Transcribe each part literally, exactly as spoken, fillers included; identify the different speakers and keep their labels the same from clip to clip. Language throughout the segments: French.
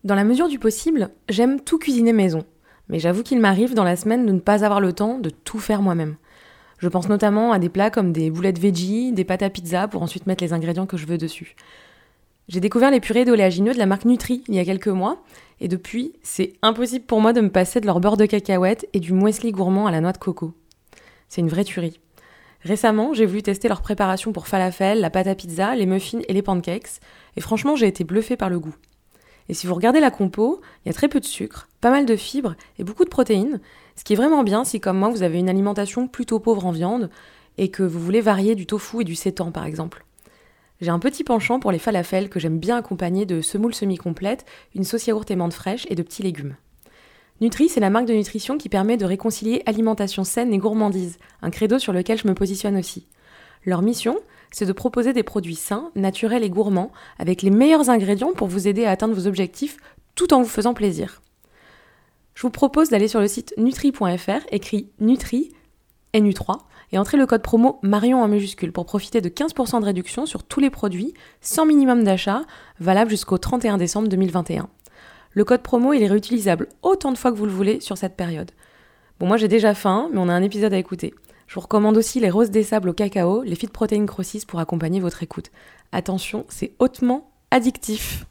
Speaker 1: Dans la mesure du possible, j'aime tout cuisiner maison. Mais j'avoue qu'il m'arrive dans la semaine de ne pas avoir le temps de tout faire moi-même. Je pense notamment à des plats comme des boulettes veggie, des pâtes à pizza pour ensuite mettre les ingrédients que je veux dessus. J'ai découvert les purées d'oléagineux de la marque Nutri il y a quelques mois, et depuis, c'est impossible pour moi de me passer de leur beurre de cacahuète et du muesli gourmand à la noix de coco. C'est une vraie tuerie. Récemment, j'ai voulu tester leur préparation pour falafel, la pâte à pizza, les muffins et les pancakes, et franchement, j'ai été bluffée par le goût. Et si vous regardez la compo, il y a très peu de sucre, pas mal de fibres et beaucoup de protéines, ce qui est vraiment bien si comme moi vous avez une alimentation plutôt pauvre en viande et que vous voulez varier du tofu et du seitan par exemple. J'ai un petit penchant pour les falafels que j'aime bien accompagner de semoule semi-complète, une sauce yaourt et menthe fraîche et de petits légumes. Nutri, c'est la marque de nutrition qui permet de réconcilier alimentation saine et gourmandise, un credo sur lequel je me positionne aussi. Leur mission, c'est de proposer des produits sains, naturels et gourmands, avec les meilleurs ingrédients pour vous aider à atteindre vos objectifs tout en vous faisant plaisir. Je vous propose d'aller sur le site nutri point f r, écrit Nutri, N U trois, et entrer le code promo Marion en majuscule pour profiter de quinze pour cent de réduction sur tous les produits, sans minimum d'achat, valable jusqu'au trente et un décembre deux mille vingt et un. Le code promo, il est réutilisable autant de fois que vous le voulez sur cette période. Bon, moi j'ai déjà faim, mais on a un épisode à écouter. Je vous recommande aussi les roses des sables au cacao, les Fit Protein Crossis pour accompagner votre écoute. Attention, c'est hautement addictif.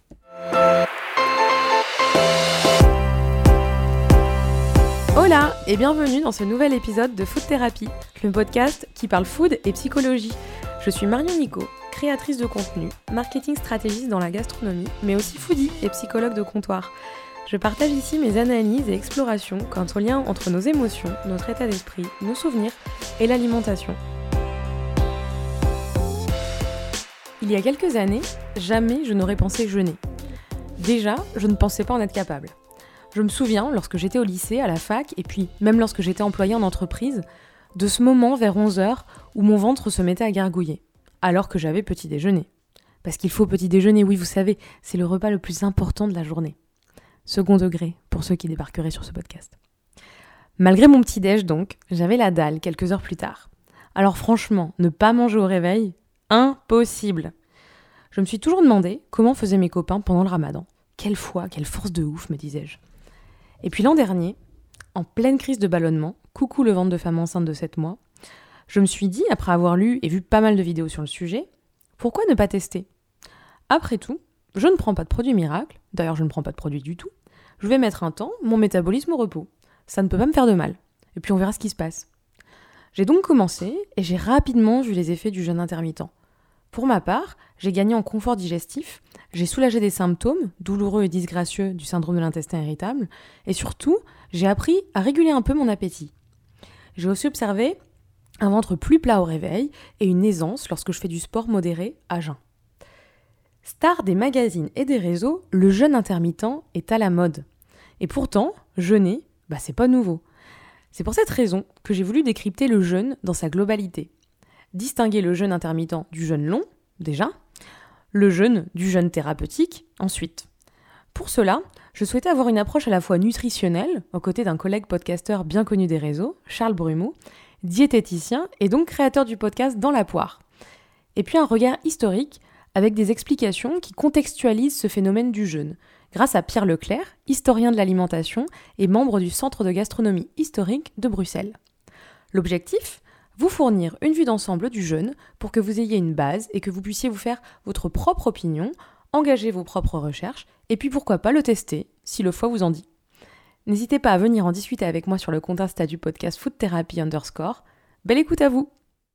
Speaker 1: Hola et bienvenue dans ce nouvel épisode de Food Therapy, le podcast qui parle food et psychologie. Je suis Marion Nico, créatrice de contenu, marketing stratégiste dans la gastronomie, mais aussi foodie et psychologue de comptoir. Je partage ici mes analyses et explorations quant au lien entre nos émotions, notre état d'esprit, nos souvenirs et l'alimentation. Il y a quelques années, jamais je n'aurais pensé jeûner. Déjà, je ne pensais pas en être capable. Je me souviens, lorsque j'étais au lycée, à la fac, et puis même lorsque j'étais employée en entreprise, de ce moment vers onze heures où mon ventre se mettait à gargouiller, alors que j'avais petit déjeuner. Parce qu'il faut petit déjeuner, oui, vous savez, c'est le repas le plus important de la journée. Second degré, pour ceux qui débarqueraient sur ce podcast. Malgré mon petit déj donc, j'avais la dalle quelques heures plus tard. Alors franchement, ne pas manger au réveil, impossible. Je me suis toujours demandé comment faisaient mes copains pendant le ramadan. Quelle foi, quelle force de ouf, me disais-je. Et puis l'an dernier, en pleine crise de ballonnement, coucou le ventre de femme enceinte de sept mois, je me suis dit, après avoir lu et vu pas mal de vidéos sur le sujet, pourquoi ne pas tester ? Après tout, je ne prends pas de produit miracle, d'ailleurs je ne prends pas de produit du tout, je vais mettre un temps mon métabolisme au repos. Ça ne peut pas me faire de mal. Et puis on verra ce qui se passe. J'ai donc commencé et j'ai rapidement vu les effets du jeûne intermittent. Pour ma part, j'ai gagné en confort digestif, j'ai soulagé des symptômes douloureux et disgracieux du syndrome de l'intestin irritable, et surtout, j'ai appris à réguler un peu mon appétit. J'ai aussi observé un ventre plus plat au réveil et une aisance lorsque je fais du sport modéré à jeun. Star des magazines et des réseaux, le jeûne intermittent est à la mode. Et pourtant, jeûner, bah c'est pas nouveau. C'est pour cette raison que j'ai voulu décrypter le jeûne dans sa globalité. Distinguer le jeûne intermittent du jeûne long, déjà, le jeûne du jeûne thérapeutique, ensuite. Pour cela, je souhaitais avoir une approche à la fois nutritionnelle, aux côtés d'un collègue podcasteur bien connu des réseaux, Charles Brumeau, diététicien et donc créateur du podcast Dans la poire. Et puis un regard historique, avec des explications qui contextualisent ce phénomène du jeûne, grâce à Pierre Leclerc, historien de l'alimentation et membre du Centre de gastronomie historique de Bruxelles. L'objectif ? Vous fournir une vue d'ensemble du jeûne pour que vous ayez une base et que vous puissiez vous faire votre propre opinion, engager vos propres recherches et puis pourquoi pas le tester, si le foie vous en dit. N'hésitez pas à venir en discuter avec moi sur le compte Insta du podcast Food Therapy underscore. Belle écoute à vous!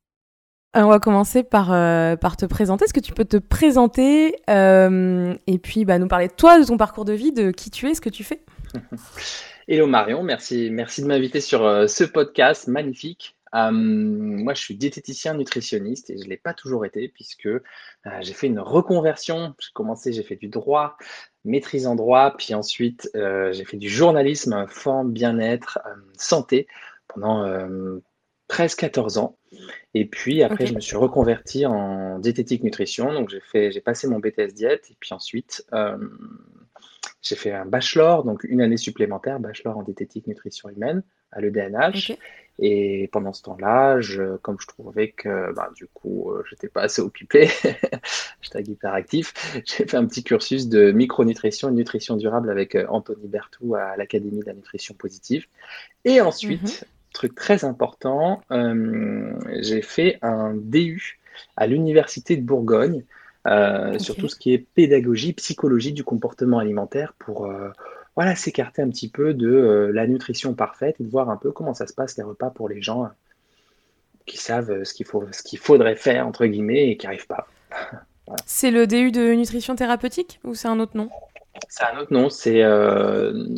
Speaker 1: On va commencer par, euh, par te présenter. Est-ce que tu peux te présenter euh, et puis bah, nous parler de toi, de ton parcours de vie, de qui tu es, ce que tu fais?
Speaker 2: Hello Marion, merci, merci de m'inviter sur euh, ce podcast magnifique. Euh, moi, je suis diététicien nutritionniste et je ne l'ai pas toujours été puisque euh, j'ai fait une reconversion. J'ai commencé, j'ai fait du droit, maîtrise en droit, puis ensuite euh, j'ai fait du journalisme, forme, bien-être, euh, santé pendant euh, treize quatorze ans. Et puis après,
Speaker 1: Ok.
Speaker 2: je me suis reconverti en diététique nutrition. Donc, j'ai fait, j'ai passé mon B T S diète et puis ensuite, euh, j'ai fait un bachelor, donc une année supplémentaire, bachelor en diététique nutrition humaine. à l'E D N H.
Speaker 1: Ok.
Speaker 2: Et pendant ce temps-là, je, comme je trouvais que bah, du coup, euh, j'étais pas assez occupé, j'étais hyperactif, j'ai fait un petit cursus de micronutrition et nutrition durable avec euh, Anthony Berthoud à l'Académie de la nutrition positive. Et
Speaker 1: Mhm.
Speaker 2: ensuite, truc très important, euh, j'ai fait un D U à l'Université de Bourgogne euh, sur tout
Speaker 1: Ok.
Speaker 2: ce qui est pédagogie, psychologie du comportement alimentaire pour euh, voilà, s'écarter un petit peu de euh, la nutrition parfaite et de voir un peu comment ça se passe les repas pour les gens euh, qui savent euh, ce qu'il faut, ce qu'il faudrait faire, entre guillemets, et qui n'arrivent pas. Voilà.
Speaker 1: C'est le D U de nutrition thérapeutique ou c'est un autre nom?
Speaker 2: C'est un autre nom, c'est euh,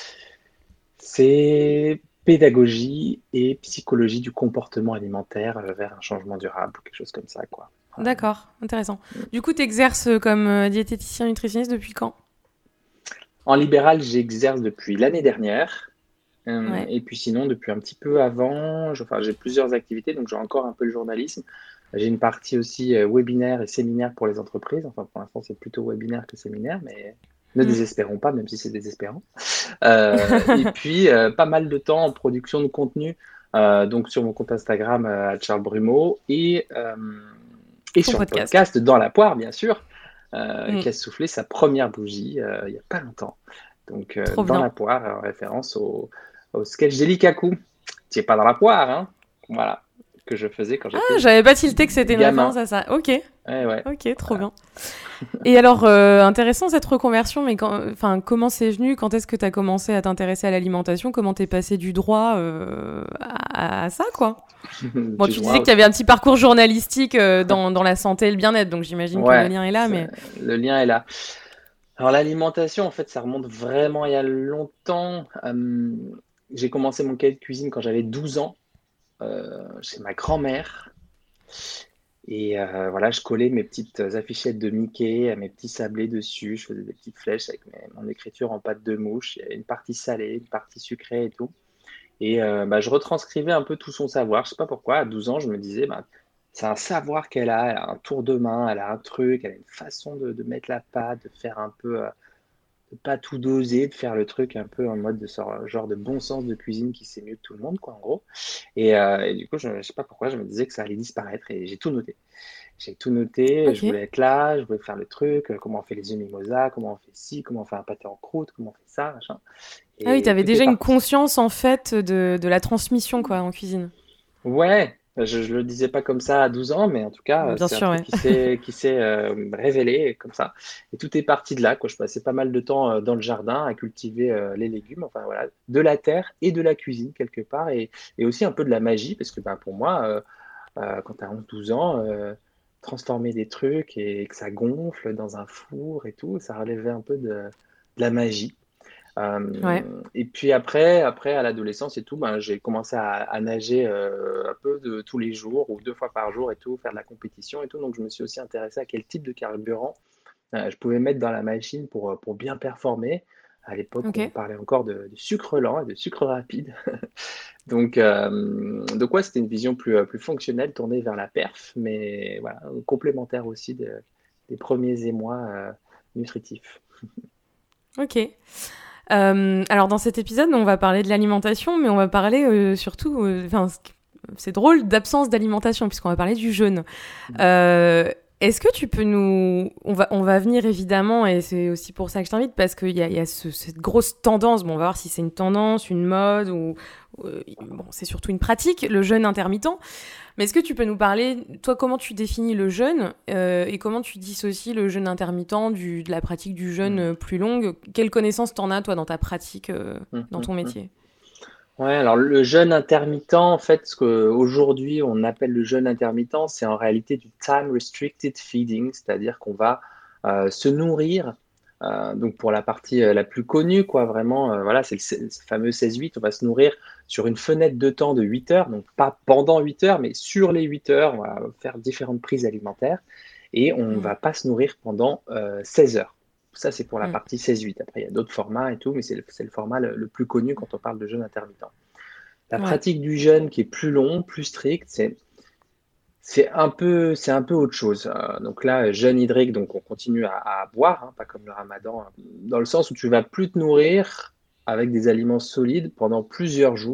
Speaker 2: c'est pédagogie et psychologie du comportement alimentaire euh, vers un changement durable, ou quelque chose comme ça, quoi.
Speaker 1: D'accord, intéressant. Du coup, tu exerces comme euh, diététicien nutritionniste depuis quand?
Speaker 2: En libéral, j'exerce depuis l'année dernière. Euh,
Speaker 1: Ouais.
Speaker 2: et puis sinon, depuis un petit peu avant, je- enfin, j'ai plusieurs activités, donc j'ai encore un peu le journalisme. J'ai une partie aussi euh, webinaire et séminaire pour les entreprises. Enfin, pour l'instant, c'est plutôt webinaire que séminaire, mais ne
Speaker 1: Mm.
Speaker 2: désespérons pas, même si c'est désespérant. Euh, et puis, euh, pas mal de temps en production de contenu, euh, donc sur mon compte Instagram euh, Charles Brumeau et, euh, et
Speaker 1: Ton
Speaker 2: sur le
Speaker 1: podcast.
Speaker 2: podcast Dans la poire, bien sûr, euh,
Speaker 1: Mm.
Speaker 2: qui a soufflé sa première bougie euh, il n'y a pas longtemps. Donc, euh,
Speaker 1: Trop
Speaker 2: Dans
Speaker 1: bien.
Speaker 2: la poire, en référence au, au sketch d'Elikaku. Tu n'es pas dans la poire, hein? Voilà, que je faisais quand
Speaker 1: Ah,
Speaker 2: j'étais
Speaker 1: j'avais pas tilté que c'était une référence
Speaker 2: gamin.
Speaker 1: à ça. Ok,
Speaker 2: Ouais, ouais,
Speaker 1: ok, trop
Speaker 2: voilà.
Speaker 1: bien. Et alors, euh, intéressant cette reconversion, mais quand, enfin, comment c'est venu? Quand est-ce que tu as commencé à t'intéresser à l'alimentation? Comment t'es passé du droit euh, à, à ça, quoi? Bon,
Speaker 2: Du
Speaker 1: tu disais
Speaker 2: droit
Speaker 1: que tu
Speaker 2: aussi.
Speaker 1: avais un petit parcours journalistique euh, dans, dans la santé et le bien-être, donc j'imagine que le
Speaker 2: Ouais,
Speaker 1: lien est là,
Speaker 2: c'est-
Speaker 1: mais...
Speaker 2: le lien est là. Alors l'alimentation, en fait, ça remonte vraiment il y a longtemps. Euh, j'ai commencé mon cahier de cuisine quand j'avais douze ans, euh, chez ma grand-mère. Et euh, voilà, je collais mes petites affichettes de Mickey, mes petits sablés dessus. Je faisais des petites flèches avec mes- mon écriture en pâte de mouche. Il y avait une partie salée, une partie sucrée et tout. Et euh, bah, je retranscrivais un peu tout son savoir. Je sais pas pourquoi, à douze ans, je me disais, bah, c'est un savoir qu'elle a, elle a un tour de main, elle a un truc, elle a une façon de, de mettre la pâte, de faire un peu, euh, de pas tout doser, de faire le truc un peu en mode de sor- genre de bon sens de cuisine qui sait mieux que tout le monde, quoi, en gros. Et, euh, et du coup, je, je sais pas pourquoi, je me disais que ça allait disparaître et j'ai tout noté. J'ai tout noté, je
Speaker 1: Ok.
Speaker 2: voulais être là, je voulais faire le truc, euh, comment on fait les œufs mimosa, comment on fait ci, comment on fait un pâté en croûte, comment on fait ça, machin.
Speaker 1: Ah oui,
Speaker 2: Et
Speaker 1: t'avais
Speaker 2: tout est
Speaker 1: déjà une
Speaker 2: parti.
Speaker 1: conscience, en fait, de, de la transmission, quoi, en cuisine.
Speaker 2: Ouais, je, je le disais pas comme ça à douze ans, mais en tout cas, euh,
Speaker 1: Bien
Speaker 2: c'est un
Speaker 1: sûr,
Speaker 2: truc
Speaker 1: ouais.
Speaker 2: qui s'est qui s'est euh, révélé comme ça. Et tout est parti de là, quoi. Je passais pas mal de temps euh, dans le jardin à cultiver euh, les légumes, enfin voilà, de la terre et de la cuisine quelque part, et, et aussi un peu de la magie, parce que bah, pour moi, euh, euh, quand tu as onze douze ans, euh, transformer des trucs et que ça gonfle dans un four et tout, ça relevait un peu de, de la magie.
Speaker 1: Ouais.
Speaker 2: Euh, et puis après, après à l'adolescence et tout, ben, j'ai commencé à, à nager euh, un peu de tous les jours ou deux fois par jour et tout, faire de la compétition et tout. Donc je me suis aussi intéressé à quel type de carburant euh, je pouvais mettre dans la machine pour, euh, pour bien performer. À l'époque où on
Speaker 1: Ok.
Speaker 2: parlait encore de, de sucre lent et de sucre rapide. Donc, euh, donc ouais, c'était une vision plus, euh, plus fonctionnelle, tournée vers la perf, mais voilà, complémentaire aussi de- des premiers émois euh, nutritifs.
Speaker 1: Ok. Euh, alors dans cet épisode, on va parler de l'alimentation, mais on va parler euh, surtout, euh, enfin, c'est drôle, d'absence d'alimentation, puisqu'on va parler du jeûne. Euh, Est-ce que tu peux nous... On va, on va venir évidemment, et c'est aussi pour ça que je t'invite, parce qu'il y a, il y a ce- cette grosse tendance, bon, on va voir si c'est une tendance, une mode, ou... ou, euh, bon, c'est surtout une pratique, le jeûne intermittent. Mais est-ce que tu peux nous parler, toi, comment tu définis le jeûne euh, et comment tu dissocies le jeûne intermittent du, de la pratique du jeûne
Speaker 2: Mm.
Speaker 1: euh, plus longue? Quelles connaissances t'en as, toi, dans ta pratique, euh,
Speaker 2: Mm,
Speaker 1: dans
Speaker 2: mm,
Speaker 1: ton
Speaker 2: mm.
Speaker 1: métier?
Speaker 2: Ouais, alors le jeûne intermittent, en fait, ce qu'aujourd'hui on appelle le jeûne intermittent, c'est en réalité du time restricted feeding, c'est-à-dire qu'on va euh, se nourrir. Euh, donc pour la partie euh, la plus connue, quoi, vraiment, euh, voilà, c'est le, se- ce fameux seize huit, on va se nourrir sur une fenêtre de temps de huit heures, donc pas pendant huit heures, mais sur les huit heures, on va faire différentes prises alimentaires et on ne
Speaker 1: Mm,
Speaker 2: va pas se nourrir pendant euh, seize heures. Ça, c'est pour la
Speaker 1: mm,
Speaker 2: partie seize huit. Après, il y a d'autres formats et tout, mais c'est le, c'est le format le, le plus connu quand on parle de jeûne intermittent. La
Speaker 1: ouais,
Speaker 2: pratique du jeûne qui est plus long, plus strict, c'est c'est un peu c'est un peu autre chose. Euh, donc là, jeûne hydrique, donc on continue à, à boire, hein, pas comme le Ramadan, hein, dans le sens où tu vas plus te nourrir avec des aliments solides pendant plusieurs jours.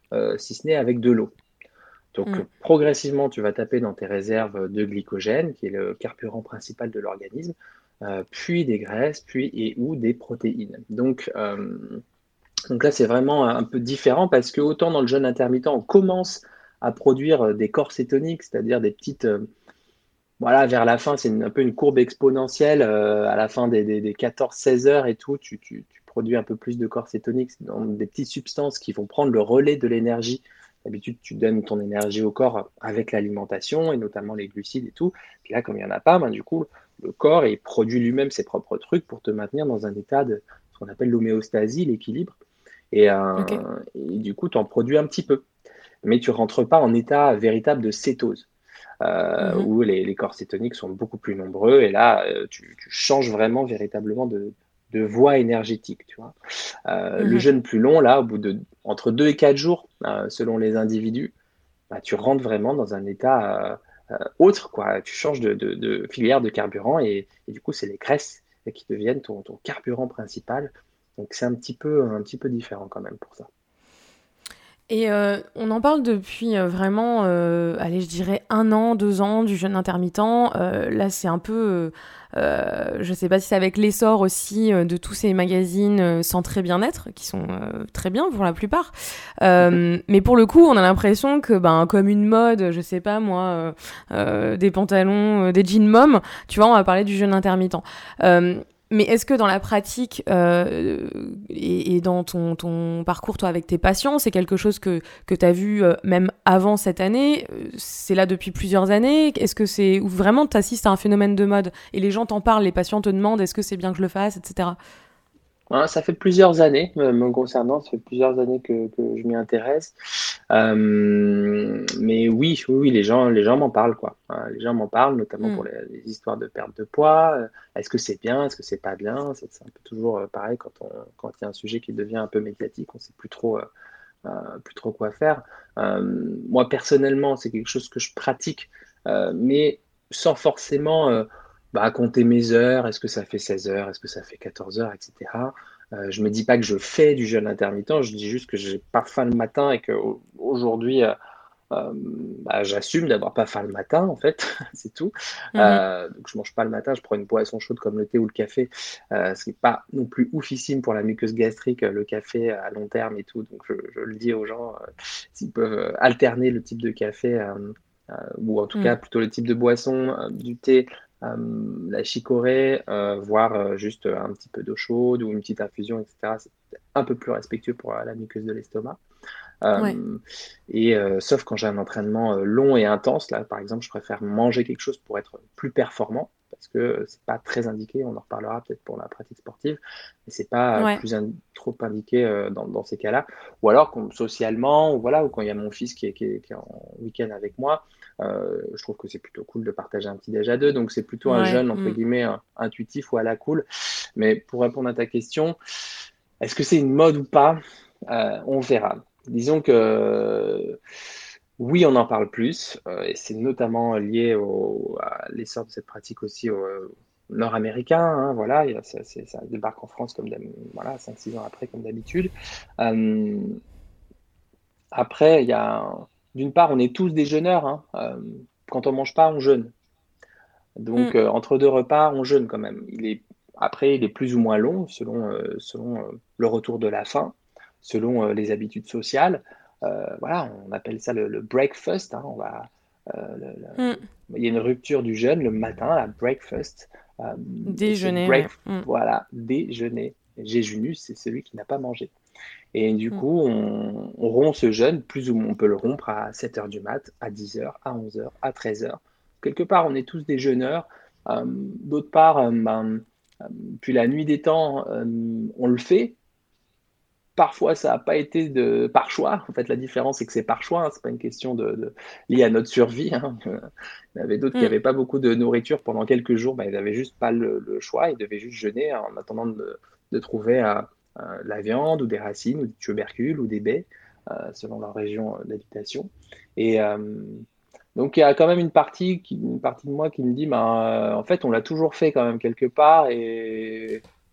Speaker 2: euh, si ce n'est avec de l'eau. Donc,
Speaker 1: Mm.
Speaker 2: euh, progressivement, tu vas taper dans tes réserves de glycogène, qui est le carburant principal de l'organisme, euh, puis des graisses, puis et ou des protéines. Donc, euh, donc là, c'est vraiment un peu différent parce que autant dans le jeûne intermittent, on commence à produire des corps cétoniques, c'est-à-dire des petites, euh, voilà, vers la fin, c'est une- un peu une courbe exponentielle. Euh, à la fin des, des, des quatorze seize heures et tout, tu, tu, tu produis un peu plus de corps cétoniques, dans des petites substances qui vont prendre le relais de l'énergie. D'habitude, tu donnes ton énergie au corps avec l'alimentation et notamment les glucides et tout. Puis là, comme il n'y en a pas, ben, du coup, le corps il produit lui-même ses propres trucs pour te maintenir dans un état de ce qu'on appelle l'homéostasie, l'équilibre. Et, euh,
Speaker 1: Ok.
Speaker 2: et du coup, tu en produis un petit peu. Mais tu rentres pas en état véritable de cétose euh,
Speaker 1: Mhm.
Speaker 2: où les, les corps cétoniques sont beaucoup plus nombreux. Et là, euh, tu, tu changes vraiment véritablement de, de voie énergétique. Tu vois. Euh, le
Speaker 1: Mhm.
Speaker 2: jeûne plus long, là, au bout de entre deux et quatre jours, euh, selon les individus, bah, tu rentres vraiment dans un état euh, euh, autre. Quoi. Tu changes de, de, de filière de carburant et, et du coup, c'est les graisses qui deviennent ton, ton carburant principal. Donc, c'est un petit peu, un petit peu différent quand même pour ça.
Speaker 1: Et euh, on en parle depuis euh, vraiment, euh, allez, je dirais un an, deux ans du jeûne intermittent. Euh, là, c'est un peu, euh, je sais pas si c'est avec l'essor aussi euh, de tous ces magazines euh, centrés bien-être, qui sont euh, très bien pour la plupart.
Speaker 2: Mhm.
Speaker 1: Euh, mais pour le coup, on a l'impression que, ben, comme une mode, je sais pas moi, euh, euh, des pantalons, euh, des jeans mom, tu vois, on va parler du jeûne intermittent. Euh, Mais est-ce que dans la pratique euh, et, et dans ton, ton parcours, toi, avec tes patients, c'est quelque chose que, que tu as vu euh, même avant cette année? euh, C'est là depuis plusieurs années? Est-ce que c'est ou vraiment tu assistes à un phénomène de mode et les gens t'en parlent, les patients te demandent est-ce que c'est bien que je le fasse, et cetera.
Speaker 2: Hein, ça fait plusieurs années, euh, me concernant, ça fait plusieurs années que, que je m'y intéresse. Euh, mais oui, oui, oui, les gens, les gens m'en parlent, quoi. Hein, les gens m'en parlent, notamment pour
Speaker 1: Mm.
Speaker 2: les, les histoires de perte de poids. Euh, Est-ce que c'est bien? Est-ce que c'est pas bien? C'est c'est un peu toujours euh, pareil quand on, quand il y a un sujet qui devient un peu médiatique, on sait plus trop, euh, euh, plus trop quoi faire. Euh, moi, personnellement, c'est quelque chose que je pratique, euh, mais sans forcément euh, bah, compter mes heures. Est-ce que ça fait seize heures? Est-ce que ça fait quatorze heures, et cetera. Euh, je me dis pas que je fais du jeûne intermittent, je dis juste que j'ai pas faim le matin et qu'aujourd'hui, euh, euh, bah, j'assume d'avoir pas faim le matin, en fait, c'est tout.
Speaker 1: Mhm.
Speaker 2: Euh, donc je mange pas le matin, je prends une boisson chaude comme le thé ou le café, euh, ce qui n'est pas non plus oufissime pour la muqueuse gastrique, euh, le café à long terme et tout. Donc je, je le dis aux gens, euh, s'ils peuvent euh, alterner le type de café, euh, euh, ou en tout
Speaker 1: Mm.
Speaker 2: cas plutôt le type de boisson, euh, du thé, euh, la chicorée, euh, voire euh, juste un petit peu d'eau chaude ou une petite infusion, et cetera. C'est un peu plus respectueux pour la muqueuse de l'estomac.
Speaker 1: Ouais.
Speaker 2: Euh, et euh, sauf quand j'ai un entraînement euh, long et intense, là par exemple, je préfère manger quelque chose pour être plus performant parce que c'est pas très indiqué. On en reparlera peut-être pour la pratique sportive, mais c'est pas
Speaker 1: Ouais.
Speaker 2: plus in- trop indiqué euh, dans, dans ces cas-là. Ou alors quand, socialement, ou voilà, ou quand il y a mon fils qui est, qui est, qui est en week-end avec moi, euh, je trouve que c'est plutôt cool de partager un petit déj à deux. Donc c'est plutôt un
Speaker 1: Ouais.
Speaker 2: jeûne entre
Speaker 1: Mm.
Speaker 2: guillemets euh, intuitif ou à la cool. Mais pour répondre à ta question, est-ce que c'est une mode ou pas? Euh, on verra. Disons que euh, oui, on en parle plus, euh, et c'est notamment lié au, à l'essor de cette pratique aussi au euh, nord-américain. Hein, voilà, il y a- ça, c'est- ça débarque en France comme d'hab- voilà, cinq six ans après, comme d'habitude. Euh, après, il y a un- d'une part, on est tous des jeûneurs. Hein, euh, quand on mange pas, on jeûne. Donc,
Speaker 1: Mm.
Speaker 2: euh, entre deux repas, on jeûne quand même. Il est, après, il est plus ou moins long selon, euh, selon euh, le retour de la faim, selon euh, les habitudes sociales. Euh, voilà, on appelle ça le, le breakfast. Hein, on va, euh, le-
Speaker 1: Mm.
Speaker 2: le- il y a une rupture du jeûne le matin, la breakfast. Euh, et ce
Speaker 1: Déjeuner,
Speaker 2: break,
Speaker 1: ouais. Mm.
Speaker 2: voilà, déjeuner. Jéjunus, c'est celui qui n'a pas mangé. Et du
Speaker 1: Mm.
Speaker 2: coup, on, on rompt ce jeûne, plus ou moins, on peut le rompre à sept heures du mat, à dix heures, à onze heures, à treize heures. Quelque part, on est tous des jeûneurs. Euh, D'autre part, euh, ben, euh, puis la nuit des temps, euh, on le fait. Parfois, ça n'a pas été de, par choix. En fait, la différence, c'est que c'est par choix. Hein. C'est pas une question de, de, liée à notre survie. Hein. Il y en avait d'autres qui
Speaker 1: Mm.
Speaker 2: n'avaient pas beaucoup de nourriture pendant quelques jours. Ben, ils n'avaient juste pas le, le, choix. Ils devaient juste jeûner en attendant de, de trouver euh, euh, la viande ou des racines ou des tubercules ou des baies, euh, selon leur région d'habitation. Et euh, donc, il y a quand même une partie, qui, une partie de moi qui me dit, ben, euh, en fait, on l'a toujours fait quand même quelque part. Et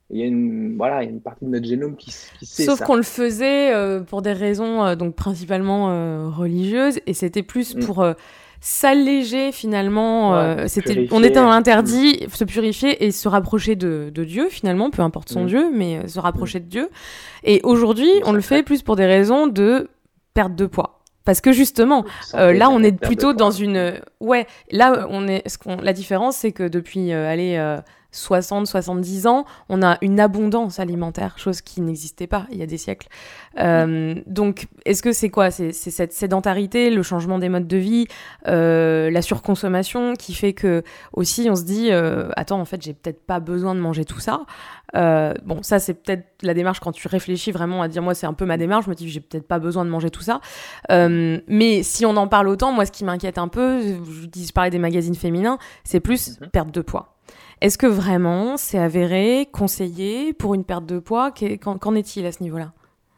Speaker 2: il y a une, voilà, il y a une partie de notre génome qui, qui sait
Speaker 1: Sauf
Speaker 2: ça.
Speaker 1: qu'on le faisait euh, pour des raisons euh, donc principalement euh, religieuses et c'était plus
Speaker 2: Mm.
Speaker 1: pour euh, s'alléger finalement.
Speaker 2: Ouais,
Speaker 1: Euh, c'était, on était
Speaker 2: purifier.
Speaker 1: dans
Speaker 2: Mm.
Speaker 1: l'interdit, se purifier et se rapprocher de, de Dieu finalement, peu importe son
Speaker 2: Mm.
Speaker 1: Dieu, mais euh, se
Speaker 2: Mm.
Speaker 1: rapprocher de Dieu. Et aujourd'hui,
Speaker 2: Du
Speaker 1: on le fait
Speaker 2: sacré.
Speaker 1: plus pour des raisons de perte de poids. Parce que justement, euh,
Speaker 2: Santé,
Speaker 1: là, on est
Speaker 2: bien-être, perte de
Speaker 1: plutôt dans
Speaker 2: poids.
Speaker 1: une,
Speaker 2: Mm.
Speaker 1: euh, ouais, là, on est, ce qu'on, la différence, c'est que depuis, euh, allez, euh, soixante, soixante-dix ans, on a une abondance alimentaire, chose qui n'existait pas il y a des siècles.
Speaker 2: Mm.
Speaker 1: Euh, donc, est-ce que c'est quoi? C'est, c'est cette sédentarité, le changement des modes de vie, euh, la surconsommation qui fait que aussi on se dit, euh, attends, en fait, j'ai peut-être pas besoin de manger tout ça. Euh, bon, ça, c'est peut-être la démarche quand tu réfléchis vraiment à dire, moi, c'est un peu ma démarche. Je me dis, j'ai peut-être pas besoin de manger tout ça. Euh, mais si on en parle autant, moi, ce qui m'inquiète un peu, je, dis, je parlais des magazines féminins, c'est plus
Speaker 2: Mhm.
Speaker 1: perte de poids. Est-ce que vraiment c'est avéré, conseillé pour une perte de poids? Qu'est- Qu'en, qu'en est-il à ce niveau-là?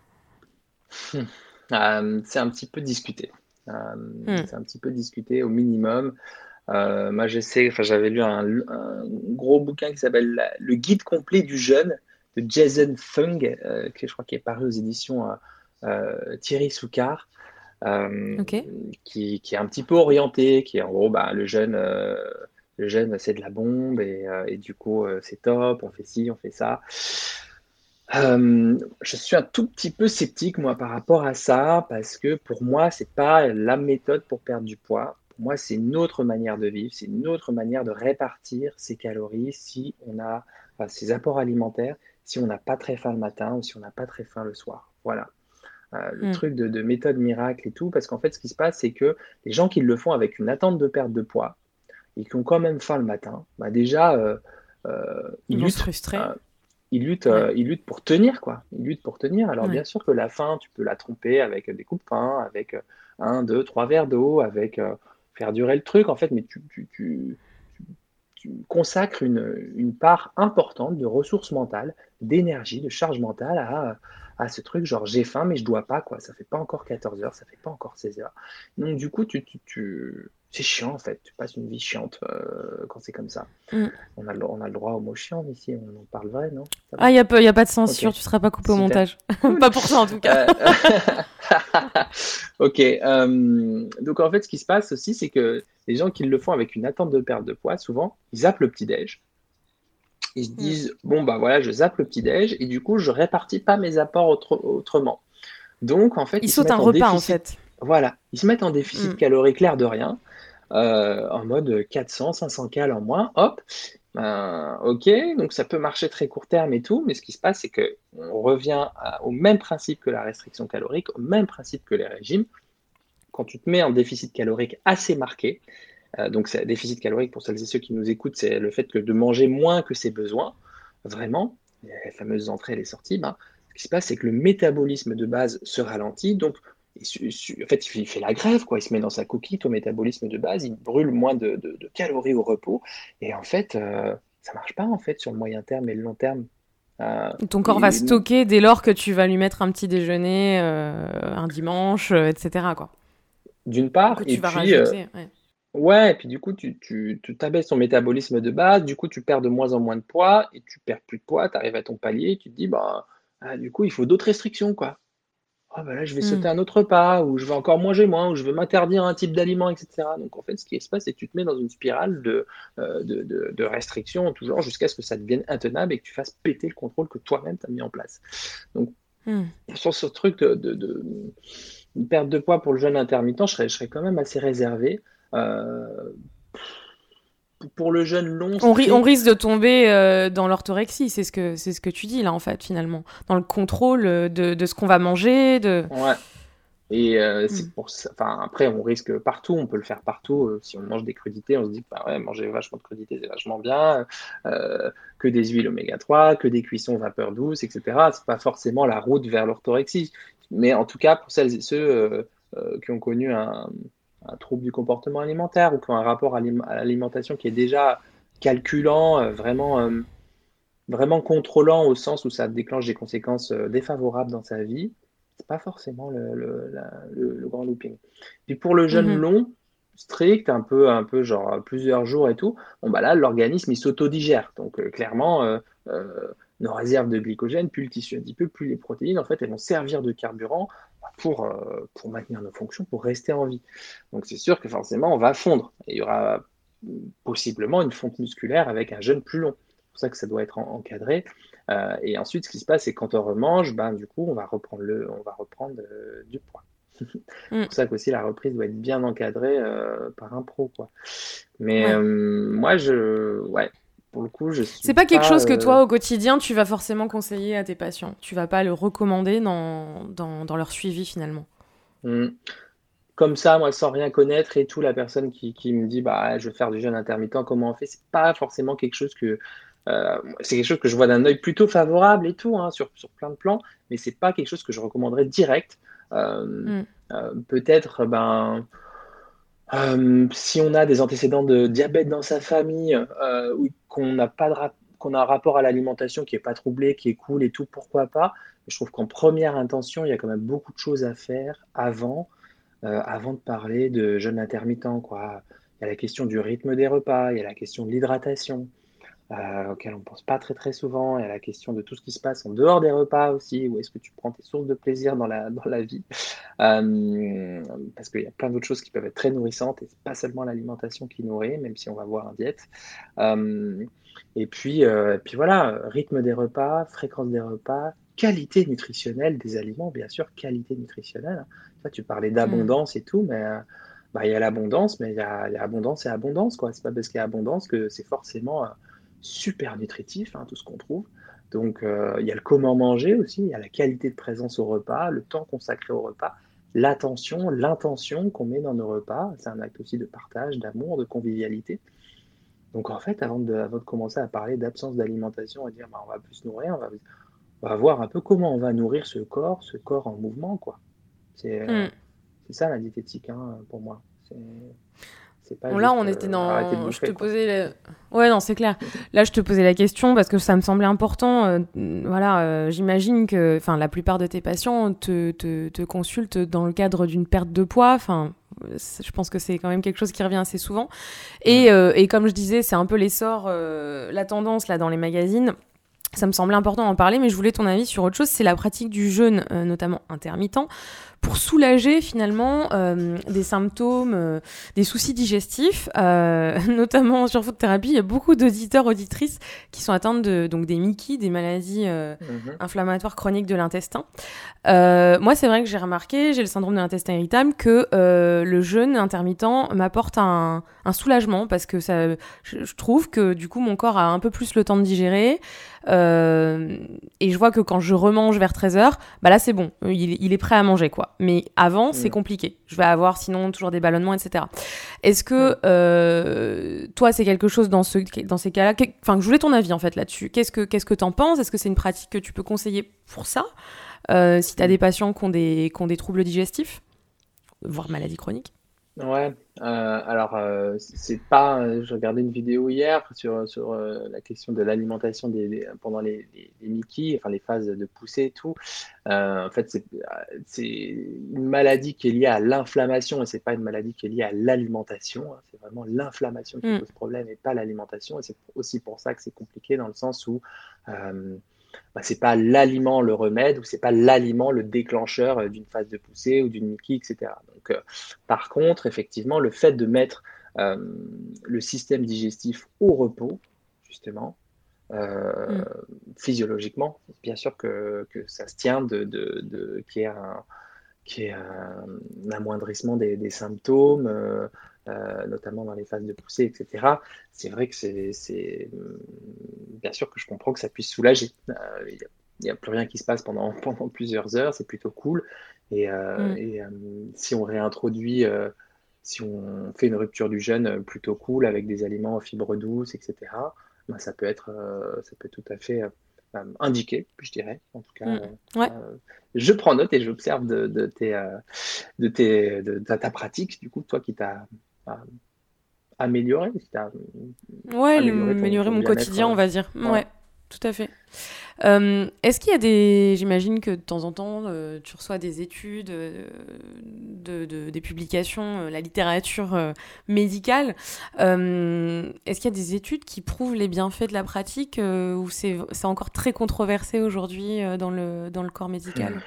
Speaker 2: Hmm. Euh, c'est un petit peu discuté. Euh,
Speaker 1: Hmm.
Speaker 2: c'est un petit peu discuté au minimum. Euh, moi, je sais, enfin, j'avais lu un, un gros bouquin qui s'appelle La- Le guide complet du jeûne de Jason Fung, euh, qui je crois qui est paru aux éditions euh, euh, Thierry Soucard, euh,
Speaker 1: Ok.
Speaker 2: qui, qui est un petit peu orienté, qui est en gros, bah, le jeûne, euh, le jeûne, c'est de la bombe et, euh, et du coup, euh, c'est top, on fait ci, on fait ça. Euh, je suis un tout petit peu sceptique, moi, par rapport à ça, parce que pour moi, c'est pas la méthode pour perdre du poids. Pour moi, c'est une autre manière de vivre, c'est une autre manière de répartir ses calories si on a, enfin, ses apports alimentaires, si on n'a pas très faim le matin ou si on n'a pas très faim le soir. Voilà. Euh, le
Speaker 1: Hmm.
Speaker 2: truc de, de méthode miracle et tout, parce qu'en fait, ce qui se passe, c'est que les gens qui le font avec une attente de perte de poids et qui ont quand même faim le matin, bah déjà, euh, euh,
Speaker 1: Ils
Speaker 2: ils
Speaker 1: vont se
Speaker 2: luttent.
Speaker 1: frustrer.
Speaker 2: euh, ils luttent,
Speaker 1: Ouais.
Speaker 2: euh, ils luttent pour tenir, quoi. Ils luttent pour tenir. Alors,
Speaker 1: Ouais.
Speaker 2: bien sûr que la faim, tu peux la tromper avec des coups de pain, avec euh, un, deux, trois verres d'eau, avec euh, faire durer le truc, en fait, mais tu, tu, tu, tu- tu consacres une, une part importante de ressources mentales, d'énergie, de charge mentale à, à ce truc, genre j'ai faim, mais je dois pas, quoi. Ça fait pas encore quatorze heures, ça fait pas encore seize heures. Donc, du coup, tu, tu, tu- c'est chiant, en fait. Tu passes une vie chiante euh, quand c'est comme ça.
Speaker 1: Hmm.
Speaker 2: On a, le- on a le droit au mot chiant ici, on en parle vrai, non? Ça
Speaker 1: Ah,
Speaker 2: va?
Speaker 1: il n'y a, pas- y a pas de
Speaker 2: Ok,
Speaker 1: censure, tu seras pas coupé au
Speaker 2: super,
Speaker 1: montage.
Speaker 2: cool.
Speaker 1: Pas pour ça en tout cas.
Speaker 2: Euh, ok, euh, donc en fait, ce qui se passe aussi, c'est que les gens qui le font avec une attente de perte de poids, souvent, ils zappent le petit-déj. Ils se
Speaker 1: Hmm.
Speaker 2: disent, bon, bah voilà, je zappe le petit-déj et du coup, je répartis pas mes apports autre- autrement. Donc, en fait,
Speaker 1: Ils
Speaker 2: ils se
Speaker 1: sautent un
Speaker 2: mettent en
Speaker 1: repas en
Speaker 2: déficit.
Speaker 1: fait.
Speaker 2: Voilà, ils se mettent en déficit
Speaker 1: Hmm.
Speaker 2: calorique l'air de rien, euh, en mode quatre cents, cinq cents cales en moins, hop. Ben, ok, donc ça peut marcher très court terme et tout, mais ce qui se passe, c'est que on revient à- au même principe que la restriction calorique, au même principe que les régimes. Quand tu te mets en déficit calorique assez marqué, euh, donc c'est un déficit calorique pour celles et ceux qui nous écoutent, c'est le fait que de manger moins que ses besoins, vraiment, les fameuses entrées et les sorties, ben, ce qui se passe, c'est que le métabolisme de base se ralentit, donc il su- su- en fait, il fait la grève, quoi. Il se met dans sa coquille, au métabolisme de base, il brûle moins de, de- de calories au repos, et en fait, euh, ça marche pas en fait sur le moyen terme et le long terme. Euh,
Speaker 1: Ton corps va
Speaker 2: et
Speaker 1: stocker dès lors que tu vas lui mettre un petit déjeuner euh, un dimanche, euh, et cetera quoi.
Speaker 2: d'une
Speaker 1: Ou
Speaker 2: part,
Speaker 1: que
Speaker 2: et
Speaker 1: tu vas
Speaker 2: puis euh,
Speaker 1: rajouter. Ouais.
Speaker 2: ouais, et puis du coup, tu, tu, tu t'abaisses ton métabolisme de base, du coup, tu perds de moins en moins de poids, et tu perds plus de poids, tu arrives à ton palier, et tu te dis, bah, ah, du coup, il faut d'autres restrictions, quoi. Ah, bah là, je vais
Speaker 1: Hmm.
Speaker 2: sauter un autre repas, ou je vais encore manger moins, ou je vais m'interdire un type d'aliment, et cetera. Donc, en fait, ce qui se passe, c'est que tu te mets dans une spirale de, euh, de, de, de restrictions, toujours, jusqu'à ce que ça devienne intenable et que tu fasses péter le contrôle que toi-même tu as mis en place. Donc,
Speaker 1: Hmm.
Speaker 2: sur ce truc de, de, de, de perte de poids pour le jeûne intermittent, je serais, je serais quand même assez réservé. Euh, pour le jeûne long,
Speaker 1: On, ri- on
Speaker 2: strict,
Speaker 1: risque de tomber euh, dans l'orthorexie, c'est ce que c'est ce que tu dis là en fait finalement, dans le contrôle euh, de, de ce qu'on va manger, de.
Speaker 2: ouais. Et euh,
Speaker 1: Hmm.
Speaker 2: c'est pour ça, enfin, après, on risque partout, on peut le faire partout. Euh, si on mange des crudités, on se dit que bah ouais, manger vachement de crudités, c'est vachement bien. Euh, que des huiles oméga trois, que des cuissons vapeur douce, et cetera. C'est pas forcément la route vers l'orthorexie. Mais en tout cas, pour celles et ceux euh, euh, qui ont connu un, un trouble du comportement alimentaire ou qui ont un rapport à l'im- à l'alimentation qui est déjà calculant, euh, vraiment, euh, vraiment contrôlant au sens où ça déclenche des conséquences euh, défavorables dans sa vie, c'est pas forcément le, le, la- le- le grand looping. Puis pour le jeûne
Speaker 1: Mhm.
Speaker 2: long, strict, un peu, un peu genre plusieurs jours et tout, bon bah là l'organisme il s'autodigère. Donc euh, clairement, euh, euh, nos réserves de glycogène, plus le tissu adipeux, plus les protéines, en fait, elles vont servir de carburant pour, euh, pour maintenir nos fonctions, pour rester en vie. Donc c'est sûr que forcément, on va fondre. Et il y aura possiblement une fonte musculaire avec un jeûne plus long. C'est pour ça que ça doit être en- encadré. Euh, et ensuite, ce qui se passe, c'est que quand on remange, ben, du coup, on va reprendre, le, on va reprendre euh, du poids. C'est
Speaker 1: Mm.
Speaker 2: pour ça qu'aussi la reprise doit être bien encadrée euh, par un pro, quoi. Mais
Speaker 1: Ouais.
Speaker 2: euh, moi, je, ouais, pour le coup, je
Speaker 1: C'est
Speaker 2: suis
Speaker 1: pas quelque
Speaker 2: pas.
Speaker 1: chose que
Speaker 2: euh,
Speaker 1: toi, au quotidien, tu vas forcément conseiller à tes patients. Tu vas pas le recommander dans, dans, dans leur suivi, finalement.
Speaker 2: hmm, comme ça, moi, sans rien connaître et tout, la personne qui, qui me dit, bah, je veux faire du jeûne intermittent, comment on fait? C'est pas forcément quelque chose que. euh, c'est quelque chose que je vois d'un œil plutôt favorable et tout, hein, sur, sur plein de plans, mais c'est pas quelque chose que je recommanderais direct. Euh,
Speaker 1: Mm.
Speaker 2: euh, Peut-être, ben. Euh, si on a des antécédents de diabète dans sa famille, euh, ou qu'on n'a pas de rap- qu'on a un rapport à l'alimentation qui est pas troublé, qui est cool et tout, pourquoi pas? Mais je trouve qu'en première intention, il y a quand même beaucoup de choses à faire avant, euh, avant de parler de jeûne intermittent, quoi. Il y a la question du rythme des repas, il y a la question de l'hydratation, euh, auquel on ne pense pas très très souvent. Il y a la question de tout ce qui se passe en dehors des repas aussi. Où est-ce que tu prends tes sources de plaisir dans la, dans la vie? Euh, Parce qu'il y a plein d'autres choses qui peuvent être très nourrissantes et c'est pas seulement l'alimentation qui nourrit, même si on va voir un diète. Euh, et puis, euh, et puis voilà, rythme des repas, fréquence des repas, qualité nutritionnelle des aliments, bien sûr, qualité nutritionnelle. Toi, tu parlais
Speaker 1: Mm.
Speaker 2: d'abondance et tout, mais euh, bah, il y a l'abondance, mais il y a, il y a abondance et abondance, quoi. C'est pas parce qu'il y a abondance que c'est forcément euh, super nutritif, hein, tout ce qu'on trouve. Donc, euh, il y a le comment manger aussi, il y a la qualité de présence au repas, le temps consacré au repas, l'attention, l'intention qu'on met dans nos repas. C'est un acte aussi de partage, d'amour, de convivialité. Donc, en fait, avant de, avant de commencer à parler d'absence d'alimentation et dire bah, on va plus se nourrir, on va, on va voir un peu comment on va nourrir ce corps, ce corps en mouvement, quoi. C'est euh,
Speaker 1: Mm.
Speaker 2: c'est ça la diététique, hein, pour moi. C'est c'est pas
Speaker 1: Bon, là,
Speaker 2: juste
Speaker 1: on était
Speaker 2: euh, arrêter de
Speaker 1: dans. Je te
Speaker 2: bouffer, quoi.
Speaker 1: posais. la- Ouais, non, c'est clair. Là, je te posais la question parce que ça me semblait important. euh, voilà, euh, j'imagine que, enfin, la plupart de tes patients te, te, te consultent dans le cadre d'une perte de poids. Enfin, c'est- je pense que c'est quand même quelque chose qui revient assez souvent.
Speaker 2: Mm.
Speaker 1: Et, euh, et comme je disais, c'est un peu l'essor, euh, la tendance là dans les magazines. Ça me semblait important d'en parler, mais je voulais ton avis sur autre chose. C'est la pratique du jeûne, euh, notamment intermittent, pour soulager finalement euh, des symptômes, euh, des soucis digestifs, euh, notamment sur Food Therapy. Il y a beaucoup d'auditeurs, auditrices qui sont atteintes de donc des M I C I, des maladies euh,
Speaker 2: Mhm.
Speaker 1: inflammatoires chroniques de l'intestin. Euh, moi, c'est vrai que j'ai remarqué, j'ai le syndrome de l'intestin irritable, que euh, le jeûne intermittent m'apporte un, un soulagement parce que ça, je, je trouve que du coup mon corps a un peu plus le temps de digérer. Euh, et je vois que quand je remange vers treize heures, bah là c'est bon, il, il est prêt à manger quoi. Mais avant c'est
Speaker 2: Mm.
Speaker 1: compliqué. Je vais avoir sinon toujours des ballonnements, et cetera. Est-ce que
Speaker 2: Mm.
Speaker 1: euh, toi c'est quelque chose dans, ce, dans ces cas-là, que, enfin je voulais ton avis en fait là-dessus. Qu'est-ce que qu'est-ce que t'en penses? Est-ce que c'est une pratique que tu peux conseiller pour ça? Euh, si tu as
Speaker 2: Mm.
Speaker 1: des patients qui ont des, qui ont des troubles digestifs, voire maladies chroniques.
Speaker 2: Ouais, euh, alors euh, c'est pas. euh, Je regardais une vidéo hier sur, sur euh, la question de l'alimentation des, des- pendant les, les, les Mickey, enfin les phases de poussée et tout. Euh, en fait, c'est c'est une maladie qui est liée à l'inflammation et c'est pas une maladie qui est liée à l'alimentation, hein. C'est vraiment l'inflammation qui
Speaker 1: Mm,
Speaker 2: pose problème et pas l'alimentation. Et c'est aussi pour ça que c'est compliqué dans le sens où euh, bah, c'est pas l'aliment le remède ou c'est pas l'aliment le déclencheur euh, d'une phase de poussée ou d'une Mickey, et cetera. Donc, euh, par contre, effectivement, le fait de mettre euh, le système digestif au repos, justement, euh,
Speaker 1: mm,
Speaker 2: physiologiquement, bien sûr que, que ça se tient de, de, de qu'il y ait un, qu'il y ait un, un amoindrissement des, des symptômes, euh, euh, notamment dans les phases de poussée, et cetera. C'est vrai que c'est, c'est bien sûr que je comprends que ça puisse soulager. Euh, Il n'y a, il y a plus rien qui se passe pendant, pendant plusieurs heures, c'est plutôt cool. Et, euh,
Speaker 1: mm.
Speaker 2: et euh, si on réintroduit, euh, si on fait une rupture du jeûne euh, plutôt cool avec des aliments aux fibres douces, et cetera, ben, ça peut être, euh, ça peut tout à fait euh, euh, indiqué, je dirais. En tout cas,
Speaker 1: Mm.
Speaker 2: euh,
Speaker 1: Ouais.
Speaker 2: euh, je prends note et j'observe de, de, tes, euh, de, tes, de, de ta pratique, du coup, toi qui t'as euh, amélioré, qui t'a
Speaker 1: Ouais, le-
Speaker 2: amélioré ton,
Speaker 1: améliorer
Speaker 2: ton
Speaker 1: mon
Speaker 2: bien-être.
Speaker 1: quotidien,
Speaker 2: euh,
Speaker 1: on va dire.
Speaker 2: ouais.
Speaker 1: Ouais. tout à fait. Euh, est-ce qu'il y a des... J'imagine que de temps en temps, euh, tu reçois des études, euh, de, de- des publications, euh, la littérature euh, médicale. Euh, est-ce qu'il y a des études qui prouvent les bienfaits de la pratique euh, ou c'est, c'est encore très controversé aujourd'hui euh, dans le, dans le corps médical?